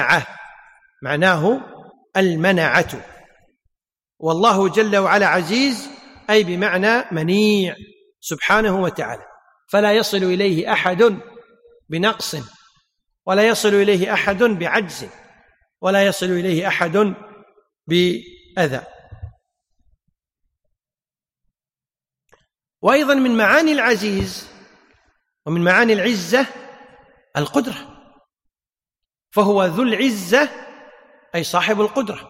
Speaker 3: المنعة، والله جل وعلا عزيز أي بمعنى منيع سبحانه وتعالى، فلا يصل إليه أحد بنقص، ولا يصل إليه أحد بعجز، ولا يصل إليه أحد بأذى. وأيضا من معاني العزيز ومن معاني العزة القدرة، فهو ذو العزة أي صاحب القدرة.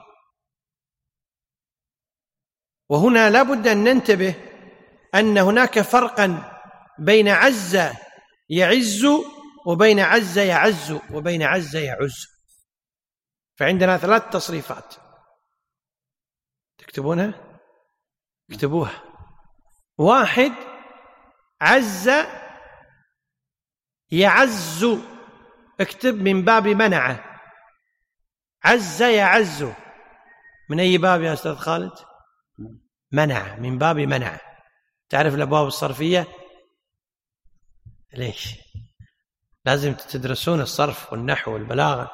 Speaker 3: وهنا لا بد أن ننتبه أن هناك فرقا بين عز يعز وبين عز يعز وبين عز يعز. فعندنا 3 تصريفات تكتبونها؟ اكتبوها. 1 عز يعز، اكتب من باب منعه. عز يعز من أي باب يا أستاذ خالد؟ منع، من باب منع. تعرف الأبواب الصرفية؟ ليش؟ لازم تدرسون الصرف والنحو والبلاغة.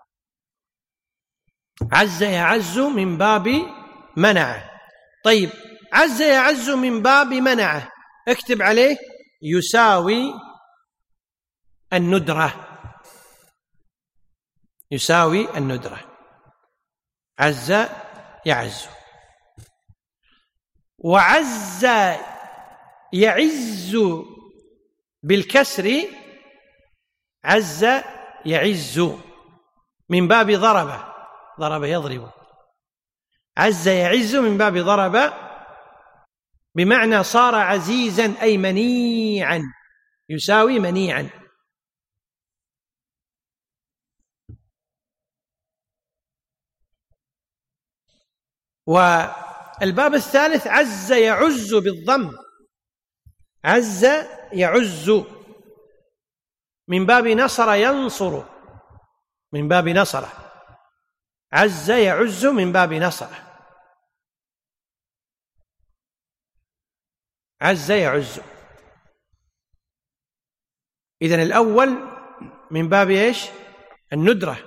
Speaker 3: عز يعز من باب منعه. طيب، عز يعز من باب منعه، اكتب عليه يساوي الندرة. يساوي الندرة. عز يعز. وعز يعز بالكسر، عز يعز من باب ضرب يضرب. عز يعز من باب ضرب، بمعنى صار عزيزا أي منيعا، يساوي منيعا. والباب الثالث عز يعز بالضم. عز يعز من باب نصر ينصر، من باب نصر. عز يعز من باب نصر. عز يعز. إذن الأول من باب إيش؟ الندرة،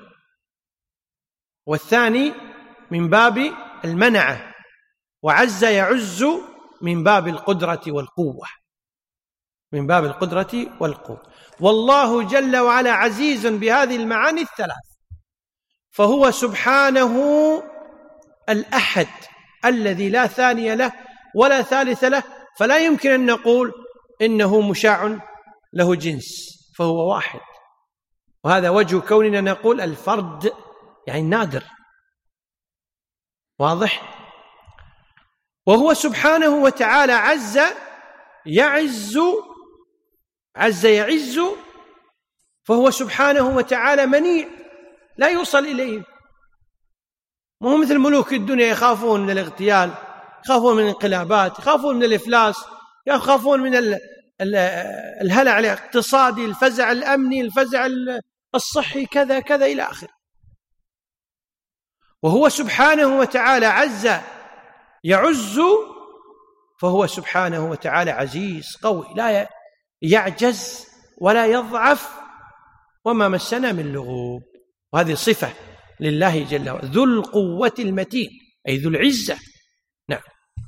Speaker 3: والثاني من باب المنعة، وعز يعز من باب القدرة والقوة، من باب القدرة والقوة. والله جل وعلا عزيز بهذه المعاني الثلاث، فهو سبحانه الأحد الذي لا ثاني له ولا ثالث له، فلا يمكن أن نقول إنه مشاع له جنس، فهو واحد. وهذا وجه كوننا نقول الفرد يعني نادر، واضح؟ وهو سبحانه وتعالى عز يعز، عز يعز، فهو سبحانه وتعالى منيع لا يوصل إليه. ما هو مثل ملوك الدنيا يخافون من الاغتيال، يخافون من الانقلابات، يخافون من الإفلاس، يخافون من الهلع الاقتصادي، الفزع الأمني، الفزع الصحي، كذا كذا إلى آخره. وهو سبحانه وتعالى عز يعز، فهو سبحانه وتعالى عزيز قوي لا يعجز ولا يضعف، وما مسنا من لغوب. وهذه صفة لله جل وعلا، ذو القوة المتين، أي ذو العزة. نعم.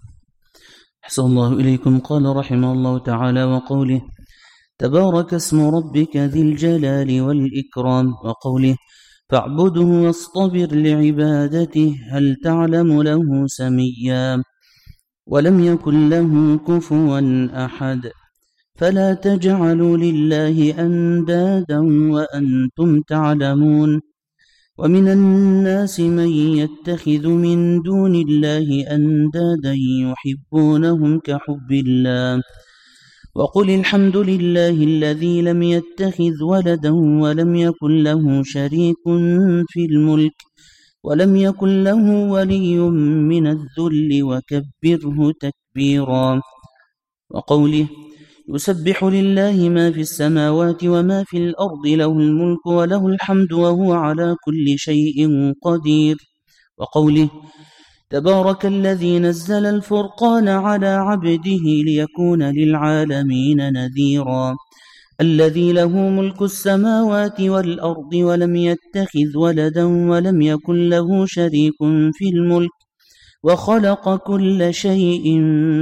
Speaker 4: أحسن الله إليكم. قال رحمه الله تعالى: وقوله تبارك اسم ربك ذي الجلال والإكرام، وقوله فاعبده واصطبر لعبادته هل تعلم له سميا، ولم يكن له كفوا أحد، فلا تجعلوا لله أندادا وأنتم تعلمون. ومن الناس من يتخذ من دون الله أندادا يحبونهم كحب الله، وقل الحمد لله الذي لم يتخذ ولدا ولم يكن له شريك في الملك ولم يكن له ولي من الذل وكبره تكبيرا. وقوله يسبح لله ما في السماوات وما في الأرض له الملك وله الحمد وهو على كل شيء قدير. وقوله تبارك الذي نزل الفرقان على عبده ليكون للعالمين نذيرا، الذي له ملك السماوات والأرض ولم يتخذ ولدا ولم يكن له شريك في الملك وخلق كل شيء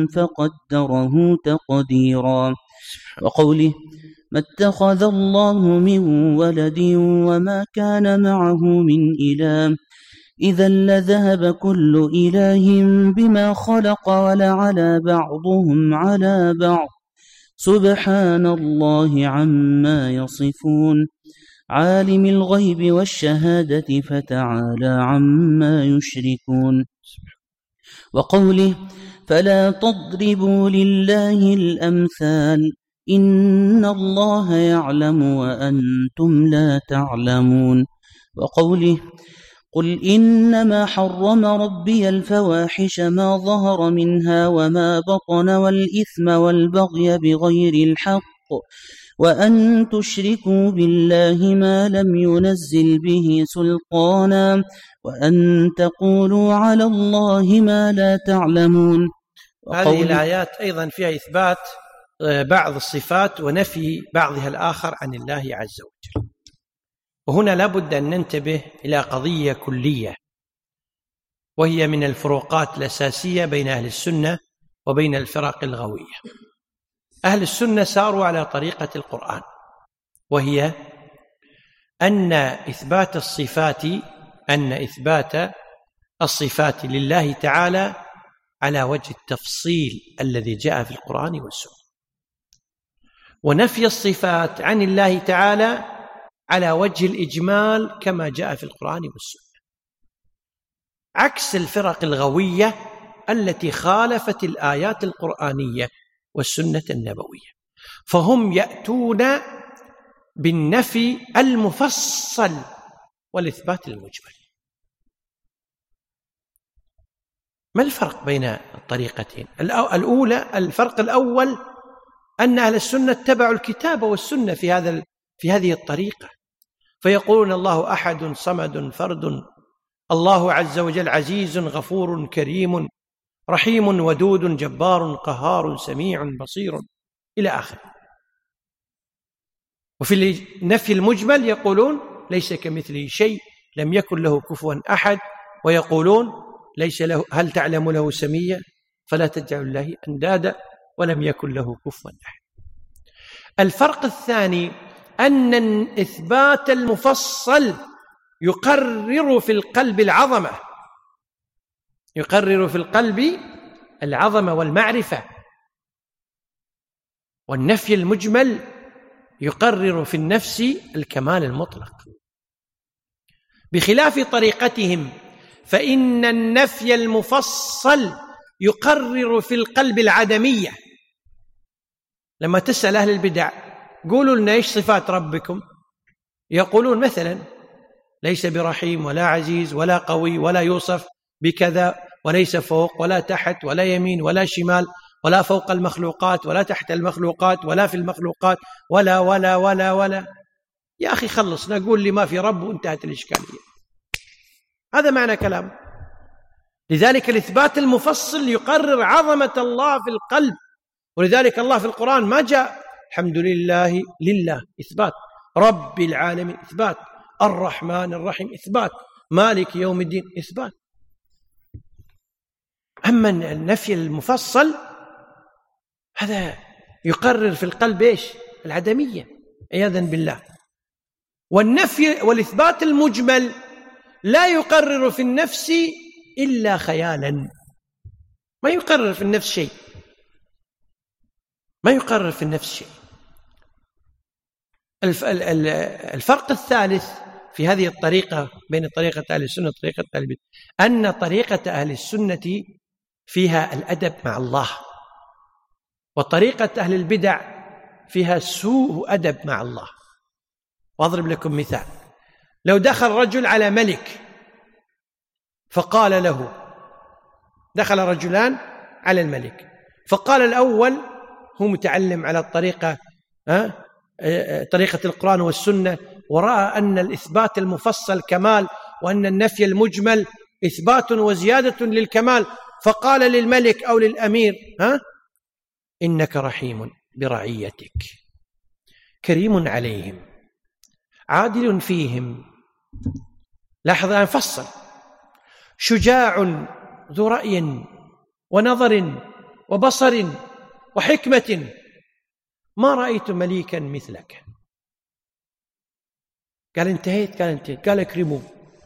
Speaker 4: فقدره تقديرا. وقوله ما اتخذ الله من ولد وما كان معه من إله إذا لذهب كل إله بما خلق ولعلى بعضهم على بعض سبحان الله عما يصفون، عالم الغيب والشهادة فتعالى عما يشركون. وقوله فلا تضربوا لله الأمثال إن الله يعلم وأنتم لا تعلمون. وقوله قل إنما حرم ربي الفواحش ما ظهر منها وما بطن والإثم والبغي بغير الحق وأن تشركوا بالله ما لم ينزل به سلطانا وأن تقولوا على الله ما لا تعلمون.
Speaker 3: هذه الآيات أيضا فيها إثبات بعض الصفات ونفي بعضها الآخر عن الله عز وجل. وهنا لابد أن ننتبه إلى قضية كلية، وهي من الفروقات الأساسية بين أهل السنة وبين الفرق الغوية. أهل السنة ساروا على طريقة القرآن، وهي أن إثبات الصفات لله تعالى على وجه التفصيل الذي جاء في القرآن والسنة، ونفي الصفات عن الله تعالى على وجه الإجمال كما جاء في القرآن والسنة، عكس الفرق الغوية التي خالفت الآيات القرآنية والسنة النبوية، فهم يأتون بالنفي المفصل والإثبات المجمل. ما الفرق بين الطريقتين؟ الفرق الأول أن أهل السنة اتبعوا الكتاب والسنة في هذه الطريقة، فيقولون الله أحد صمد فرد، الله عز وجل عزيز غفور كريم رحيم ودود جبار قهار سميع بصير إلى آخره. وفي النفي المجمل يقولون ليس كمثله شيء، لم يكن له كفوا أحد، ويقولون ليس له، هل تعلم له سميا، فلا تجعل الله أندادا ولم يكن له كفوا أحد. الفرق الثاني أن إثبات المفصل يقرر في القلب العظمة، يقرر في القلب العظمة والمعرفة، والنفي المجمل يقرر في النفس الكمال المطلق، بخلاف طريقتهم فإن النفي المفصل يقرر في القلب العدمية. لما تسأل أهل البدع قولوا لنا إيش صفات ربكم، يقولون مثلا ليس برحيم ولا عزيز ولا قوي ولا يوصف بكذا، وليس فوق ولا تحت ولا يمين ولا شمال ولا فوق المخلوقات ولا تحت المخلوقات ولا في المخلوقات ولا ولا ولا ولا. يا أخي خلص، نقول لي ما في رب وانتهت الإشكالية. هذا معنى كلام. لذلك الإثبات المفصل يقرر عظمة الله في القلب، ولذلك الله في القرآن ما جاء الحمد لله لله إثبات، رب العالمين إثبات، الرحمن الرحيم إثبات، مالك يوم الدين إثبات. أما النفي المفصل هذا يقرر في القلب إيش؟ العدمية عياذا بالله. والنفي والإثبات المجمل لا يقرر في النفس إلا خيالا، ما يقرر في النفس شيء، ما يقرر في النفس شيء. الفرق الثالث في هذه الطريقة بين طريقة أهل السنة وطريقة أهل البدع أن طريقة أهل السنة فيها الأدب مع الله، وطريقة أهل البدع فيها سوء أدب مع الله. وأضرب لكم مثال: لو دخل رجل على ملك فقال له، دخل رجلان على الملك فقال الأول هو متعلم على الطريقة طريقة القرآن والسنة، ورأى أن الإثبات المفصل كمال وأن النفي المجمل إثبات وزيادة للكمال، فقال للملك أو للأمير إنك رحيم برعيتك، كريم عليهم، عادل فيهم. لاحظ أن فصل: شجاع ذو رأي ونظر وبصر وحكمة، ما رأيت مليكا مثلك. قال انتهيت؟ قال انتهيت. قال اكرموه.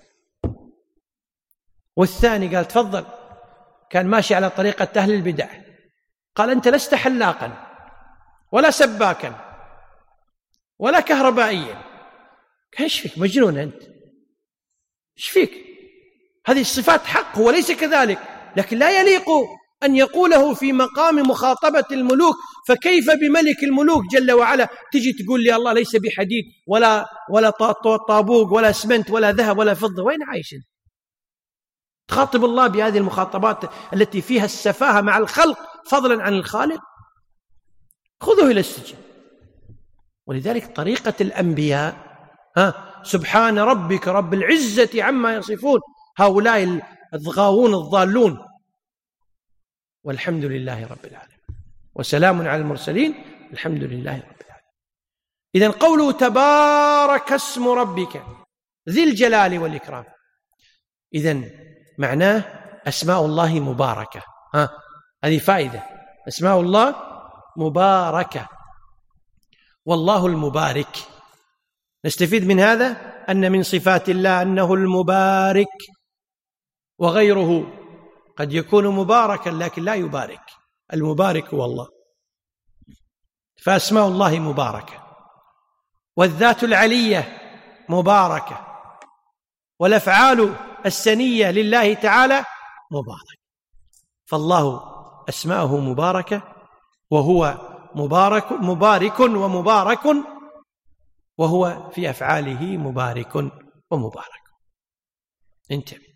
Speaker 3: والثاني قال تفضل، كان ماشي على طريقة أهل البدع، قال أنت لست حلاقا ولا سباكا ولا كهربائيا. قال ايش فيك مجنون أنت؟ ايش فيك؟ هذه الصفات حق وليس كذلك، لكن لا يليق أن يقوله في مقام مخاطبة الملوك، فكيف بملك الملوك جل وعلا تجي تقول لي الله ليس بحديد ولا طابوق ولا اسمنت ولا ذهب ولا فضة؟ وين عايش انت؟ تخاطب الله بهذه المخاطبات التي فيها السفاهة مع الخلق فضلا عن الخالق؟ خذوه إلى السجن. ولذلك طريقة الأنبياء سبحان ربك رب العزة عما يصفون، هؤلاء الغاوون الضالون، والحمد لله رب العالمين، وسلام على المرسلين، الحمد لله رب العالمين. إذن قوله تبارك اسم ربك ذي الجلال والإكرام، إذن معناه أسماء الله مباركة. هذه فائدة، أسماء الله مباركة، والله المبارك. نستفيد من هذا أن من صفات الله أنه المبارك، وغيره قد يكون مباركا لكن لا يبارك، المبارك هو الله. فأسماء الله مباركة، والذات العلية مباركة، والأفعال السنية لله تعالى مباركة. فالله أسماءه مباركة، وهو مبارك ومبارك، وهو في أفعاله مبارك ومبارك. انتبه،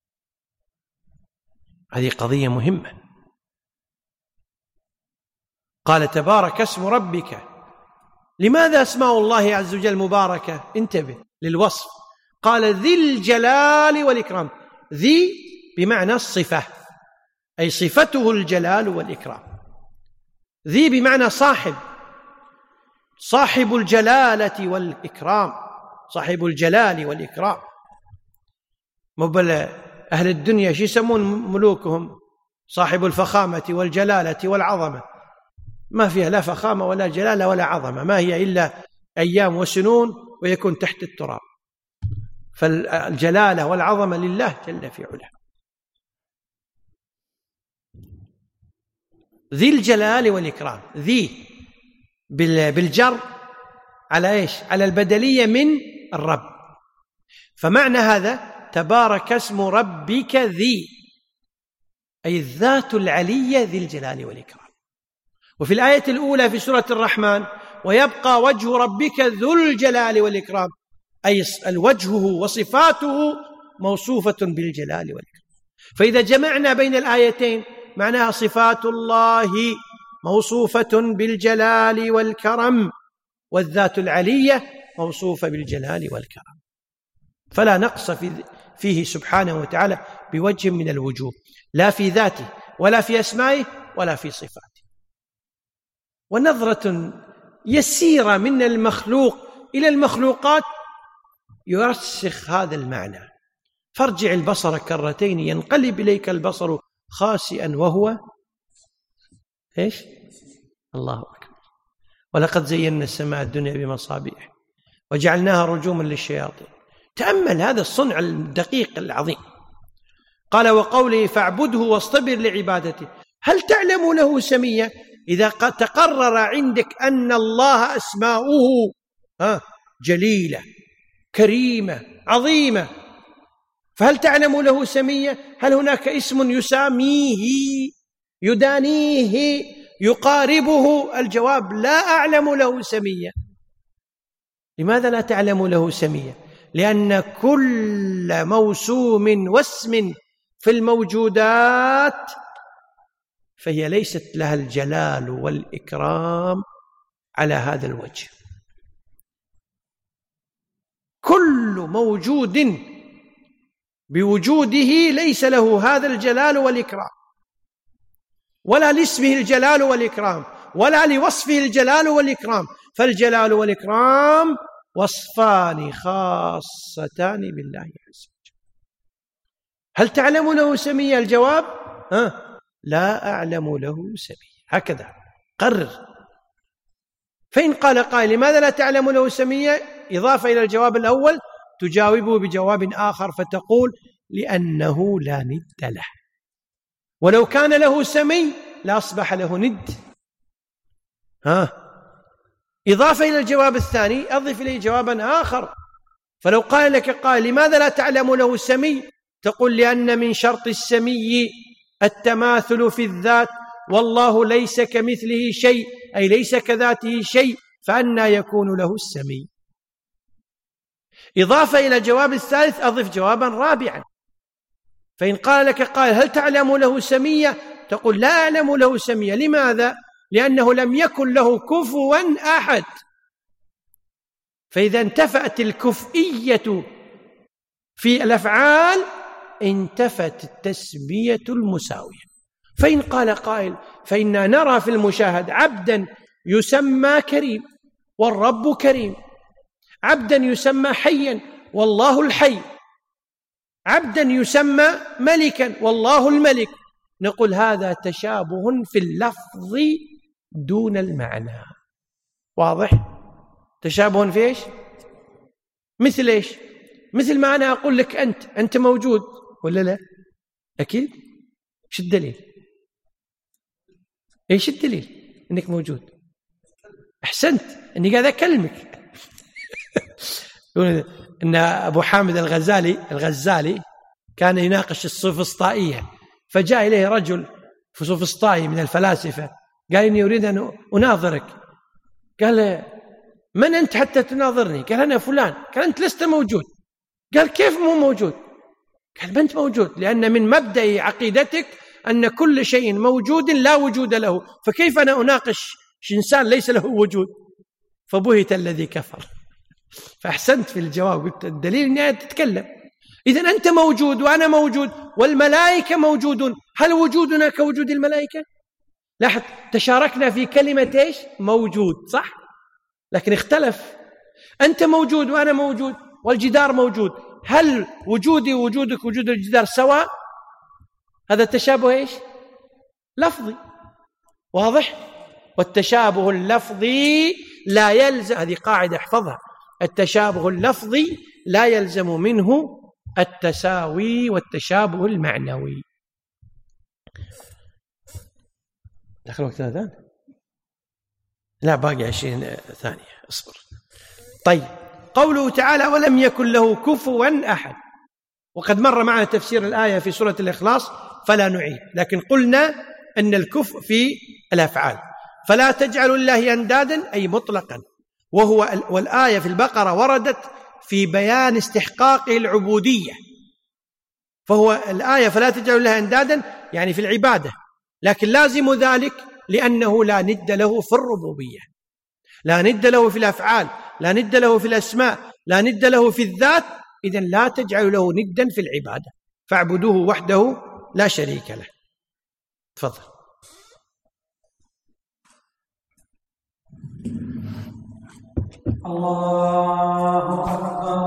Speaker 3: هذه قضية مهمة. قال تبارك اسم ربك، لماذا أسماء الله عز وجل مباركة؟ انتبه للوصف، قال ذي الجلال والإكرام. ذي بمعنى الصفة، أي صفته الجلال والإكرام. ذي بمعنى صاحب، صاحب الجلالة والإكرام، صاحب الجلال والإكرام. مبلا أهل الدنيا شو يسمون ملوكهم؟ صاحب الفخامة والجلالة والعظمة. ما فيها لا فخامة ولا جلالة ولا عظمة، ما هي إلا أيام وسنون ويكون تحت التراب. فالجلالة والعظمة لله جل في علاه. ذي الجلال والإكرام، ذي بالجر على إيش؟ على البدلية من الرب. فمعنى هذا تبارك اسم ربك ذي، أي الذات العلية ذي الجلال والإكرام. وفي الآية الأولى في سورة الرحمن ويبقى وجه ربك ذو الجلال والإكرام، أي الوجهه وصفاته موصوفة بالجلال والإكرام. فإذا جمعنا بين الآيتين معناها صفات الله موصوفة بالجلال والكرم، والذات العلية موصوفة بالجلال والكرم، فلا نقص فيه سبحانه وتعالى بوجه من الوجوه، لا في ذاته ولا في أسمائه ولا في صفاته. ونظرة يسيرة من المخلوق إلى المخلوقات يرسخ هذا المعنى. فارجع البصر كرتين ينقلب إليك البصر خاسئا وهو إيش؟ الله أكبر. ولقد زينا السماء الدنيا بمصابيح وجعلناها رجوما للشياطين. تأمل هذا الصنع الدقيق العظيم. قال وقوله فاعبده واصطبر لعبادته، هل تعلم له سميا؟ إذا تقرر عندك أن الله أسماؤه جليلة كريمة عظيمة، فهل تعلم له سميا؟ هل هناك اسم يساميه يدانيه يقاربه؟ الجواب لا أعلم له سميا. لماذا لا تعلم له سميا؟ لأن كل موسوم واسم في الموجودات فهي ليست لها الجلال والإكرام على هذا الوجه. كل موجود بوجوده ليس له هذا الجلال والإكرام، ولا لاسمه الجلال والإكرام، ولا لوصفه الجلال والإكرام. فالجلال والإكرام وصفان خاصتان بالله عز وجل. هل تعلم له سميا؟ الجواب لا أعلم له سميا. هكذا قرر. فإن قال قائل لماذا لا تعلم له سميا؟ إضافة إلى الجواب الأول تجاوبه بجواب آخر فتقول لأنه لا ند له، ولو كان له سمي لأصبح له ند. إضافة إلى الجواب الثاني أضف إليه جوابا آخر. فلو قال لك قائل لماذا لا تعلم له سمي؟ تقول لأن من شرط السمي التماثل في الذات، والله ليس كمثله شيء، أي ليس كذاته شيء، فأنى يكون له السمي. إضافة إلى الجواب الثالث أضف جوابا رابعا. فإن قال لك قائل هل تعلم له سميا؟ تقول لا أعلم له سميا. لماذا؟ لأنه لم يكن له كفوا أحد. فإذا انتفت الكفئية في الأفعال انتفت التسمية المساوية. فإن قال قائل فإننا نرى في المشاهد عبدا يسمى كريم والرب كريم، عبدا يسمى حيا والله الحي، عبدا يسمى ملكا والله الملك، نقول هذا تشابه في اللفظ دون المعنى. واضح؟ تشابه في إيش؟ مثل إيش؟ مثل ما أنا أقول لك أنت موجود ولا لا؟ أكيد. إيش الدليل؟ إيش الدليل أنك موجود؟ أحسنت، أني قاعد أكلمك. إن أبو حامد الغزالي كان يناقش السوفسطائية، فجاء إليه رجل سوفسطائي من الفلاسفة قال إني أريد أن أناظرك. قال من أنت حتى تناظرني؟ قال أنا فلان. قال أنت لست موجود. قال كيف مو موجود؟ قال ما أنت موجود، لأن من مبدأ عقيدتك أن كل شيء موجود لا وجود له، فكيف أنا أناقش إنسان ليس له وجود؟ فبهت الذي كفر. فأحسنت في الجواب، قلت الدليل أنها تتكلم. إذن أنت موجود وأنا موجود والملائكة موجودون، هل وجودنا كوجود الملائكة؟ لاحظ تشاركنا في كلمة إيش؟ موجود، صح؟ لكن اختلف، أنت موجود وأنا موجود والجدار موجود، هل وجودي ووجودك وجود الجدار سواء؟ هذا التشابه إيش؟ لفظي، واضح؟ والتشابه اللفظي لا يلزم، هذه قاعدة احفظها، التشابه اللفظي لا يلزم منه التساوي والتشابه المعنوي. دخل وقت الأذان؟ لا، باقي 20 ثانية، اصبر. طيب، قوله تعالى ولم يكن له كفوا أحد، وقد مر معنا تفسير الآية في سورة الإخلاص فلا نعيد، لكن قلنا أن الكفء في الأفعال، فلا تجعلوا الله أندادا أي مطلقا، والآية في البقرة وردت في بيان استحقاقه العبودية، فهو الآية فلا تجعلوا الله أندادا يعني في العبادة، لكن لازم ذلك لأنه لا ند له في الربوبية، لا ند له في الأفعال، لا ند له في الأسماء، لا ند له في الذات، إذن لا تجعلوا له ندا في العبادة، فاعبدوه وحده لا شريك له. تفضل.
Speaker 5: الله أكبر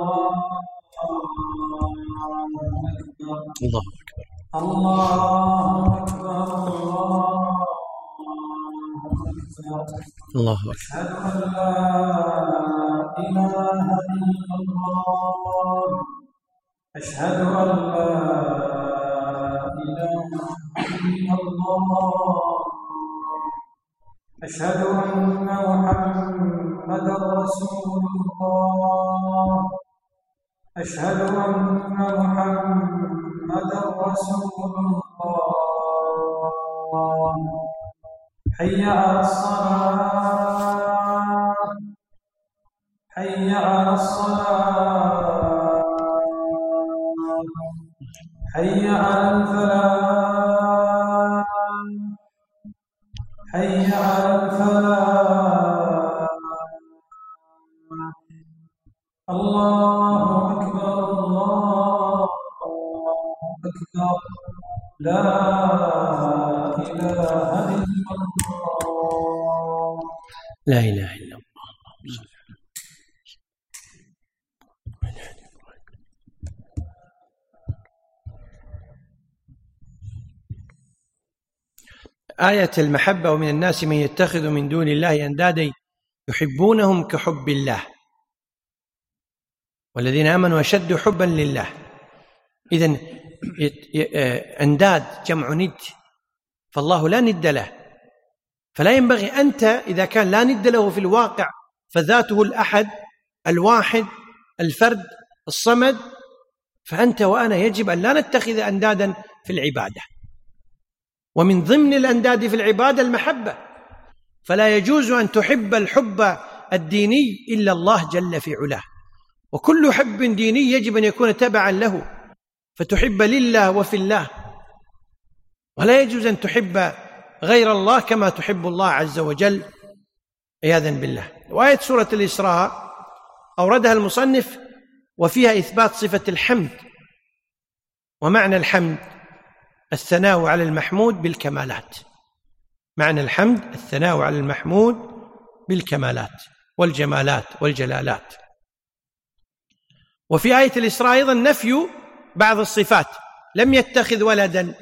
Speaker 5: الله أكبر الله أكبر الله أكبر. أشهد أن لا إله إلا الله، أشهد أن لا إله إلا الله، أشهد أن محمدا رسول الله، أشهد أن محمدا رسول الله. حي على الصلاة، حي على الصلاة، حي على الفلاح، حي على الفلاح. الله أكبر الله أكبر، لا إله إلا الله،
Speaker 3: لا إله إلا الله. آية المحبة ومن الناس من يتخذ من دون الله أندادا يحبونهم كحب الله والذين آمنوا أشد حبا لله. إذن أنداد جمع ند، فالله لا ند له، فلا ينبغي أنت إذا كان لا ند له في الواقع فذاته الأحد الواحد الفرد الصمد، فأنت وأنا يجب أن لا نتخذ أندادا في العبادة، ومن ضمن الأنداد في العبادة المحبة، فلا يجوز أن تحب الحب الديني إلا الله جل في علاه، وكل حب ديني يجب أن يكون تبعا له، فتحب لله وفي الله، ولا يجوز أن تحب غير الله كما تحب الله عز وجل عياذا بالله. وآية سورة الإسراء أوردها المصنف وفيها إثبات صفة الحمد، ومعنى الحمد الثناء على المحمود بالكمالات، معنى الحمد الثناء على المحمود بالكمالات والجمالات والجلالات. وفي آية الإسراء أيضا نفي بعض الصفات، لم يتخذ ولدا،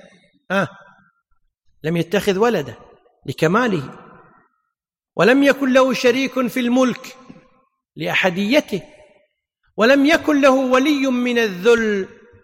Speaker 3: لم يتخذ ولدا لكماله، ولم يكن له شريك في الملك لأحديته، ولم يكن له ولي من الذل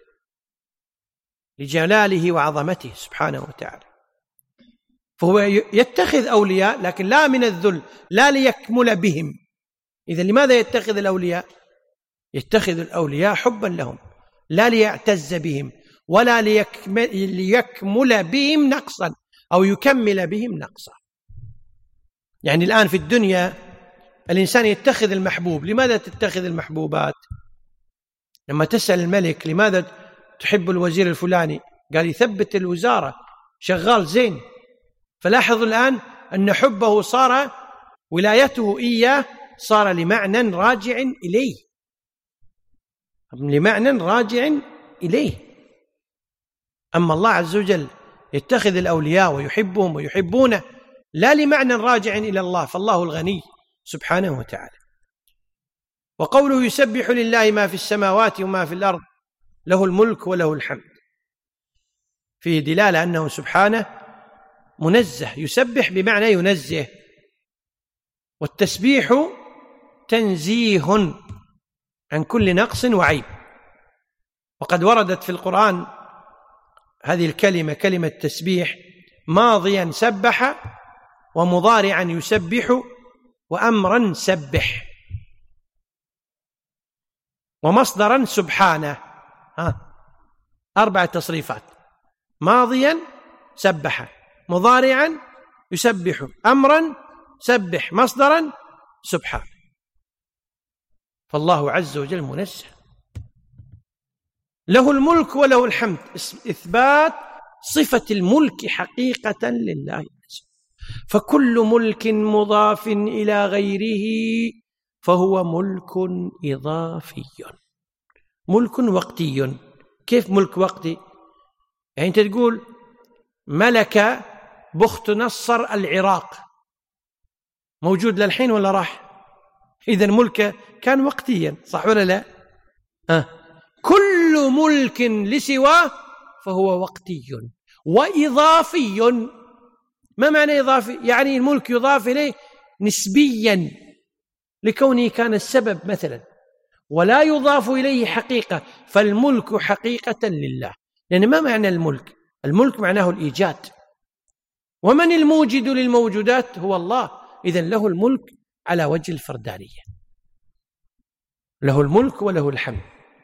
Speaker 3: لجلاله وعظمته سبحانه وتعالى. فهو يتخذ أولياء لكن لا من الذل، لا ليكمل بهم. إذن لماذا يتخذ الأولياء؟ يتخذ الأولياء حبا لهم، لا ليعتز بهم ولا ليكمل بهم نقصا أو يكمل بهم نقصا. يعني الآن في الدنيا الإنسان يتخذ المحبوب. لماذا تتخذ المحبوبات؟ لما تسأل الملك لماذا تحب الوزير الفلاني، قال يثبت الوزارة شغال زين. فلاحظ الآن أن حبه صار، ولايته إياه صار لمعنى راجع إليه، لمعنى راجع إليه. أما الله عز وجل يتخذ الأولياء ويحبهم ويحبونه لا لمعنى راجع إلى الله، فالله الغني سبحانه وتعالى. وقوله يسبح لله ما في السماوات وما في الأرض له الملك وله الحمد فيه دلالة أنه سبحانه منزه، يسبح بمعنى ينزه، والتسبيح تنزيه عن كل نقص وعيب. وقد وردت في القرآن هذه الكلمة، كلمة تسبيح، ماضيا سبح، ومضارعا يسبح، وأمرا سبح، ومصدرا سبحانه. 4 تصريفات: ماضيا سبح، مضارعا يسبح، أمرا سبح، مصدرا سبحانه. فالله عز وجل منزه، له الملك وله الحمد، إثبات صفة الملك حقيقة لله. فكل ملك مضاف إلى غيره فهو ملك إضافي، ملك وقتي. كيف ملك وقتي؟ يعني أنت تقول ملك بخت نصر العراق، موجود للحين ولا راح؟ إذن ملك كان وقتيا، صح ولا لا؟ كل ملك لسواه فهو وقتي وإضافي. ما معنى إضافي؟ يعني الملك يضاف إليه نسبيا لكونه كان السبب مثلا، ولا يضاف إليه حقيقة، فالملك حقيقة لله. لأن ما معنى الملك؟ الملك معناه الإيجاد، ومن الموجد للموجودات هو الله، إذن له الملك على وجه الفردانية، له الملك وله الحمد.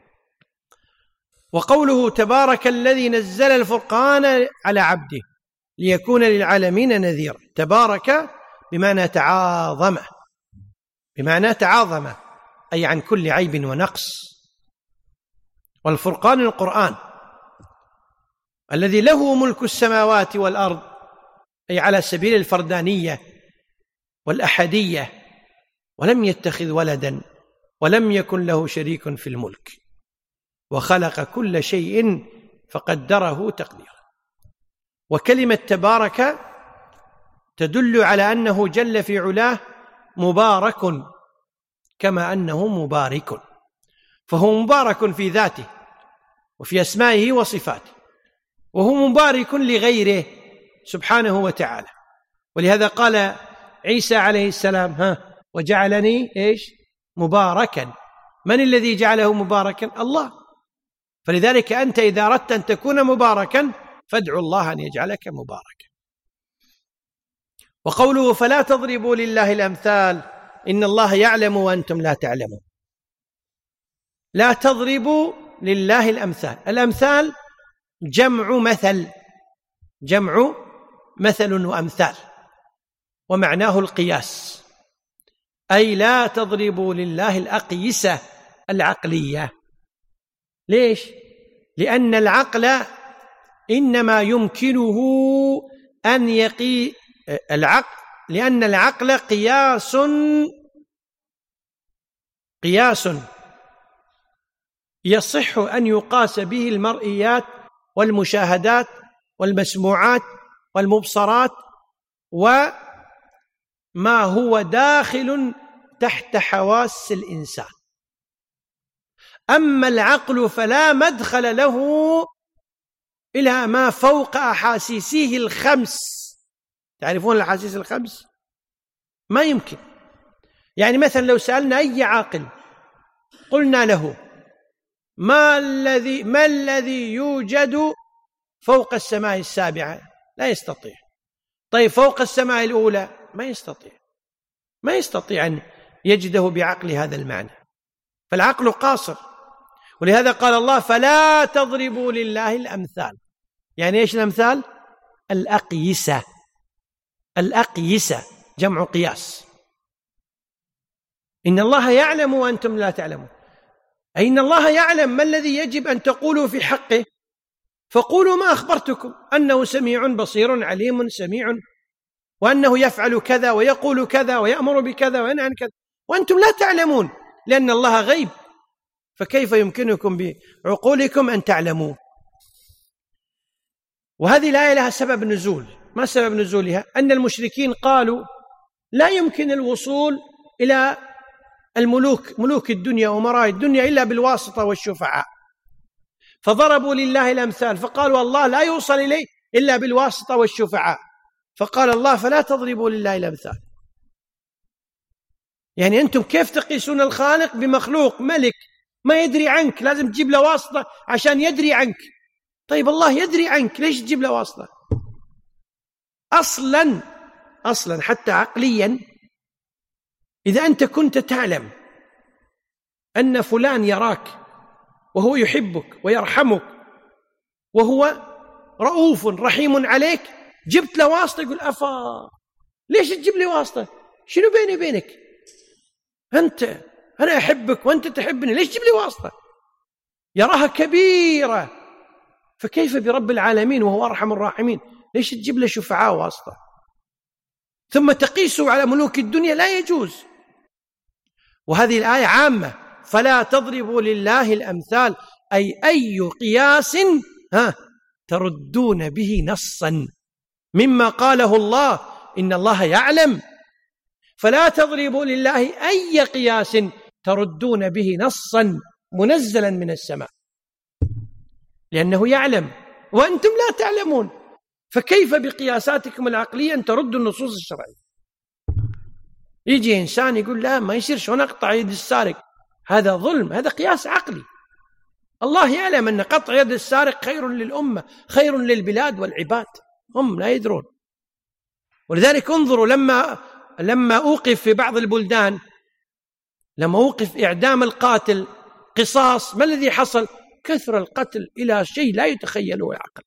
Speaker 3: وقوله تبارك الذي نزل الفرقان على عبده ليكون للعالمين نذيرا، تبارك بمعنى تعاظم، بمعنى تعاظم أي عن كل عيب ونقص. والفرقان القرآن الذي له ملك السماوات والأرض، أي على سبيل الفردانية والأحدية، ولم يتخذ ولدا ولم يكن له شريك في الملك، وخلق كل شيء فقدره تقديرا. وكلمة تبارك تدل على أنه جل في علاه مبارك كما أنه مبارك، فهو مبارك في ذاته وفي أسمائه وصفاته، وهو مبارك لغيره سبحانه وتعالى. ولهذا قال عيسى عليه السلام وجعلني مباركا. من الذي جعله مباركا؟ الله. فلذلك أنت إذا أردت أن تكون مباركا فادعو الله أن يجعلك مباركا. وقوله فلا تضربوا لله الأمثال إن الله يعلم وأنتم لا تعلمون. لا تضربوا لله الأمثال. الأمثال جمع مثل، جمع مثل وأمثال، ومعناه القياس، أي لا تضربوا لله الأقيسة العقلية. ليش؟ لأن العقل إنما يمكنه أن يقي العقل، لأن العقل قياس يصح أن يقاس به المرئيات والمشاهدات والمسموعات والمبصرات وما هو داخل تحت حواس الإنسان. أما العقل فلا مدخل له إلى ما فوق أحاسيسه الخمس. تعرفون الأحاسيس الخمس؟ ما يمكن. يعني مثلا لو سألنا أي عاقل قلنا له ما الذي يوجد فوق السماء السابعة؟ لا يستطيع. طيب فوق السماء الأولى؟ ما يستطيع أن يجده بعقل هذا المعنى، فالعقل قاصر. ولهذا قال الله فلا تضربوا لله الأمثال. يعني إيش الأمثال؟ الأقيسة. الأقيسة جمع قياس. إن الله يعلم وأنتم لا تعلمون، أي إن الله يعلم ما الذي يجب أن تقولوا في حقه، فقولوا ما أخبرتكم أنه سميع بصير عليم سميع، وأنه يفعل كذا ويقول كذا ويأمر بكذا وينهى عن كذا، وأنتم لا تعلمون لأن الله غيب، فكيف يمكنكم بعقولكم أن تعلموا؟ وهذه الآية لها سبب نزول. ما سبب نزولها؟ أن المشركين قالوا لا يمكن الوصول إلى الملوك، ملوك الدنيا وأمراء الدنيا، إلا بالواسطة والشفعاء، فضربوا لله الأمثال، فقالوا الله لا يوصل إليه إلا بالواسطة والشفعاء، فقال الله فلا تضربوا لله الأمثال. يعني أنتم كيف تقيسون الخالق بمخلوق ملك ما يدري عنك، لازم تجيب له واسطة عشان يدري عنك. طيب الله يدري عنك، ليش تجيب له واسطة؟ أصلا حتى عقليا، إذا أنت كنت تعلم أن فلان يراك وهو يحبك ويرحمك وهو رؤوف رحيم عليك، جبت له واسطة، يقول أفا ليش تجيب لي واسطة؟ شنو بيني وبينك؟ أنا أحبك وأنت تحبني، ليش تجيب لي واسطة؟ يراها كبيرة، فكيف برب العالمين وهو أرحم الراحمين؟ ليش تجيب له شفعاء واسطة؟ ثم تقيسوا على ملوك الدنيا، لا يجوز. وهذه الآية عامة، فلا تضربوا لله الأمثال، أي قياس تردون به نصا مما قاله الله، إن الله يعلم، فلا تضربوا لله أي قياس تردون به نصا منزلا من السماء، لأنه يعلم وأنتم لا تعلمون، فكيف بقياساتكم العقلية أن تردوا النصوص الشرعية؟ يجي إنسان يقول لا ما يصير، شلون أقطع يد السارق؟ هذا ظلم، هذا قياس عقلي. الله يعلم أن قطع يد السارق خير للأمة، خير للبلاد والعباد، هم لا يدرون. ولذلك انظروا لما أوقف في بعض البلدان، لما أوقف إعدام القاتل قصاص، ما الذي حصل؟ كثر القتل إلى شيء لا يتخيله العقل.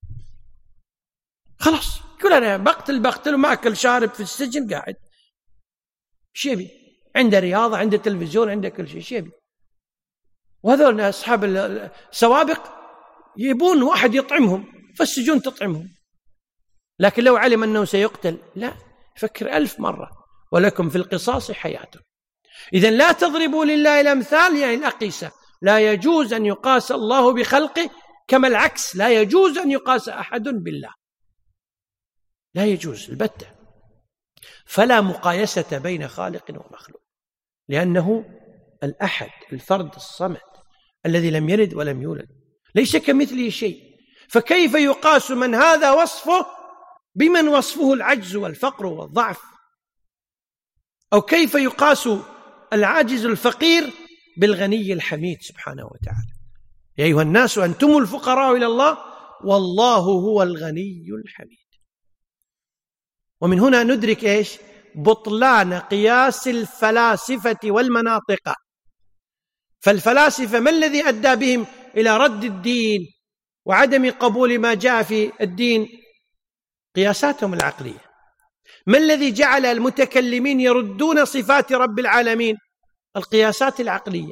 Speaker 3: خلاص يقول أنا بقتل وما أكل شارب في السجن قاعد، شيبي عنده رياضة، عنده تلفزيون، عنده كل شيء، شيبي. وهذول أصحاب السوابق يبون واحد يطعمهم، فالسجون تطعمهم. لكن لو علم أنه سيقتل لا، فكر 1000 مرة، ولكم في القصاص حياة. إذن لا تضربوا لله الأمثال، يعني الأقيسة، لا يجوز أن يقاس الله بخلقه، كما العكس لا يجوز أن يقاس أحد بالله، لا يجوز البتة. فلا مقايسة بين خالق ومخلوق، لأنه الأحد الفرد الصمد الذي لم يلد ولم يولد، ليس كمثله شيء. فكيف يقاس من هذا وصفه بمن وصفه العجز والفقر والضعف؟ أو كيف يقاس العاجز الفقير بالغني الحميد سبحانه وتعالى؟ يا أيها الناس أنتم الفقراء إلى الله والله هو الغني الحميد. ومن هنا ندرك إيش؟ بطلان قياس الفلاسفة والمناطق. فالفلاسفة ما الذي أدى بهم إلى رد الدين وعدم قبول ما جاء في الدين؟ قياساتهم العقلية. ما الذي جعل المتكلمين يردون صفات رب العالمين؟ القياسات العقلية.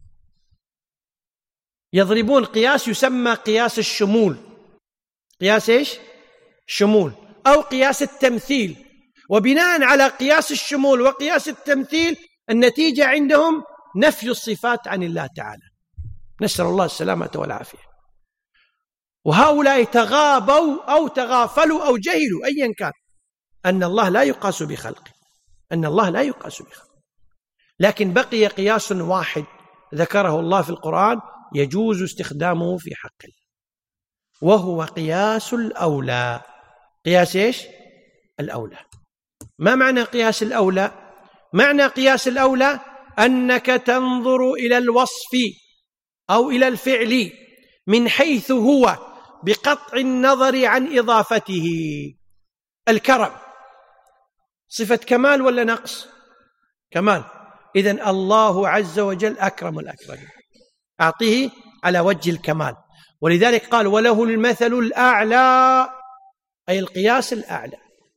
Speaker 3: يضربون قياس يسمى قياس الشمول. قياس إيش؟ شمول، أو قياس التمثيل. وبناء على قياس الشمول وقياس التمثيل النتيجة عندهم نفي الصفات عن الله تعالى، نسأل الله السلامة والعافية. وهؤلاء تغابوا أو تغافلوا أو جهلوا أيا كان أن الله لا يقاس بخلقه، أن الله لا يقاس بخلقه. لكن بقي قياس واحد ذكره الله في القرآن يجوز استخدامه في حق الله، وهو قياس الأولى. قياس إيش؟ الأولى. ما معنى قياس الأولى؟ معنى قياس الأولى أنك تنظر إلى الوصف أو إلى الفعل من حيث هو بقطع النظر عن إضافته. الكرم صفة كمال ولا نقص؟ كمال. إذن الله عز وجل أكرم الأكرمين، أعطيه على وجه الكمال. ولذلك قال وله المثل الأعلى، أي القياس الأعلى.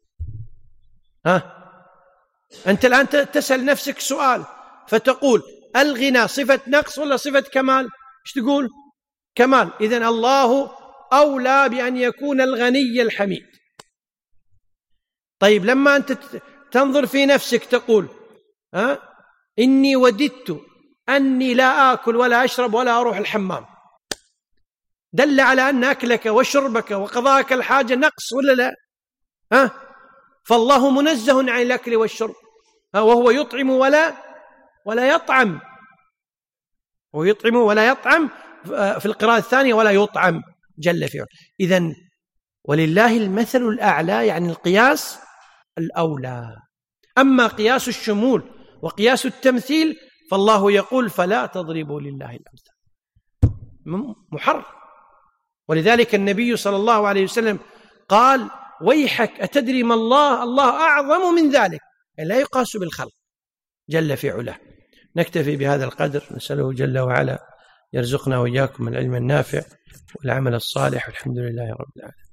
Speaker 3: أنت الآن تسأل نفسك سؤال فتقول الغنى صفة نقص ولا صفة كمال؟ إيش تقول؟ كمال. إذن الله أولى بأن يكون الغني الحميد. طيب لما أنت تنظر في نفسك تقول إني وددت أني لا آكل ولا أشرب ولا أروح الحمام، دل على أن أكلك وشربك وقضاءك الحاجة نقص ولا لا؟ فالله منزه عن الأكل والشرب. وهو يطعم ولا يطعم، ويطعم ولا يطعم في القراءة الثانية ولا يطعم جل في علاه. إذن ولله المثل الأعلى، يعني القياس الأولى. أما قياس الشمول وقياس التمثيل فالله يقول فلا تضربوا لله الأمثال، محرم. ولذلك النبي صلى الله عليه وسلم قال ويحك أتدري ما الله أعظم من ذلك، يعني لا يقاس بالخلق جل في علاه. نكتفي بهذا القدر، نسأله جل وعلا يرزقنا وإياكم العلم النافع والعمل الصالح، والحمد لله رب العالمين.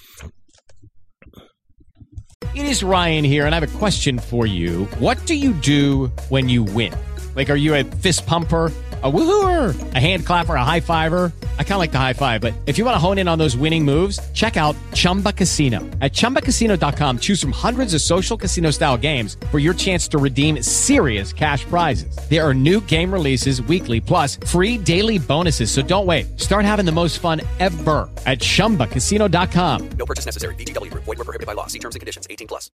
Speaker 1: It is Ryan here, and I have a question for you. What do you do when you win? Like, are you a fist pumper, a woohooer, a hand clapper, a high fiver? I kind of like the high five, but if you want to hone in on those winning moves, check out Chumba Casino. At ChumbaCasino.com, choose from hundreds of social casino-style games for your chance to redeem serious cash prizes. There are new game releases weekly, plus free daily bonuses, so don't wait. Start having the most fun ever at ChumbaCasino.com.
Speaker 2: No purchase necessary. VGW Group. Void where prohibited by law. See terms and conditions. 18+.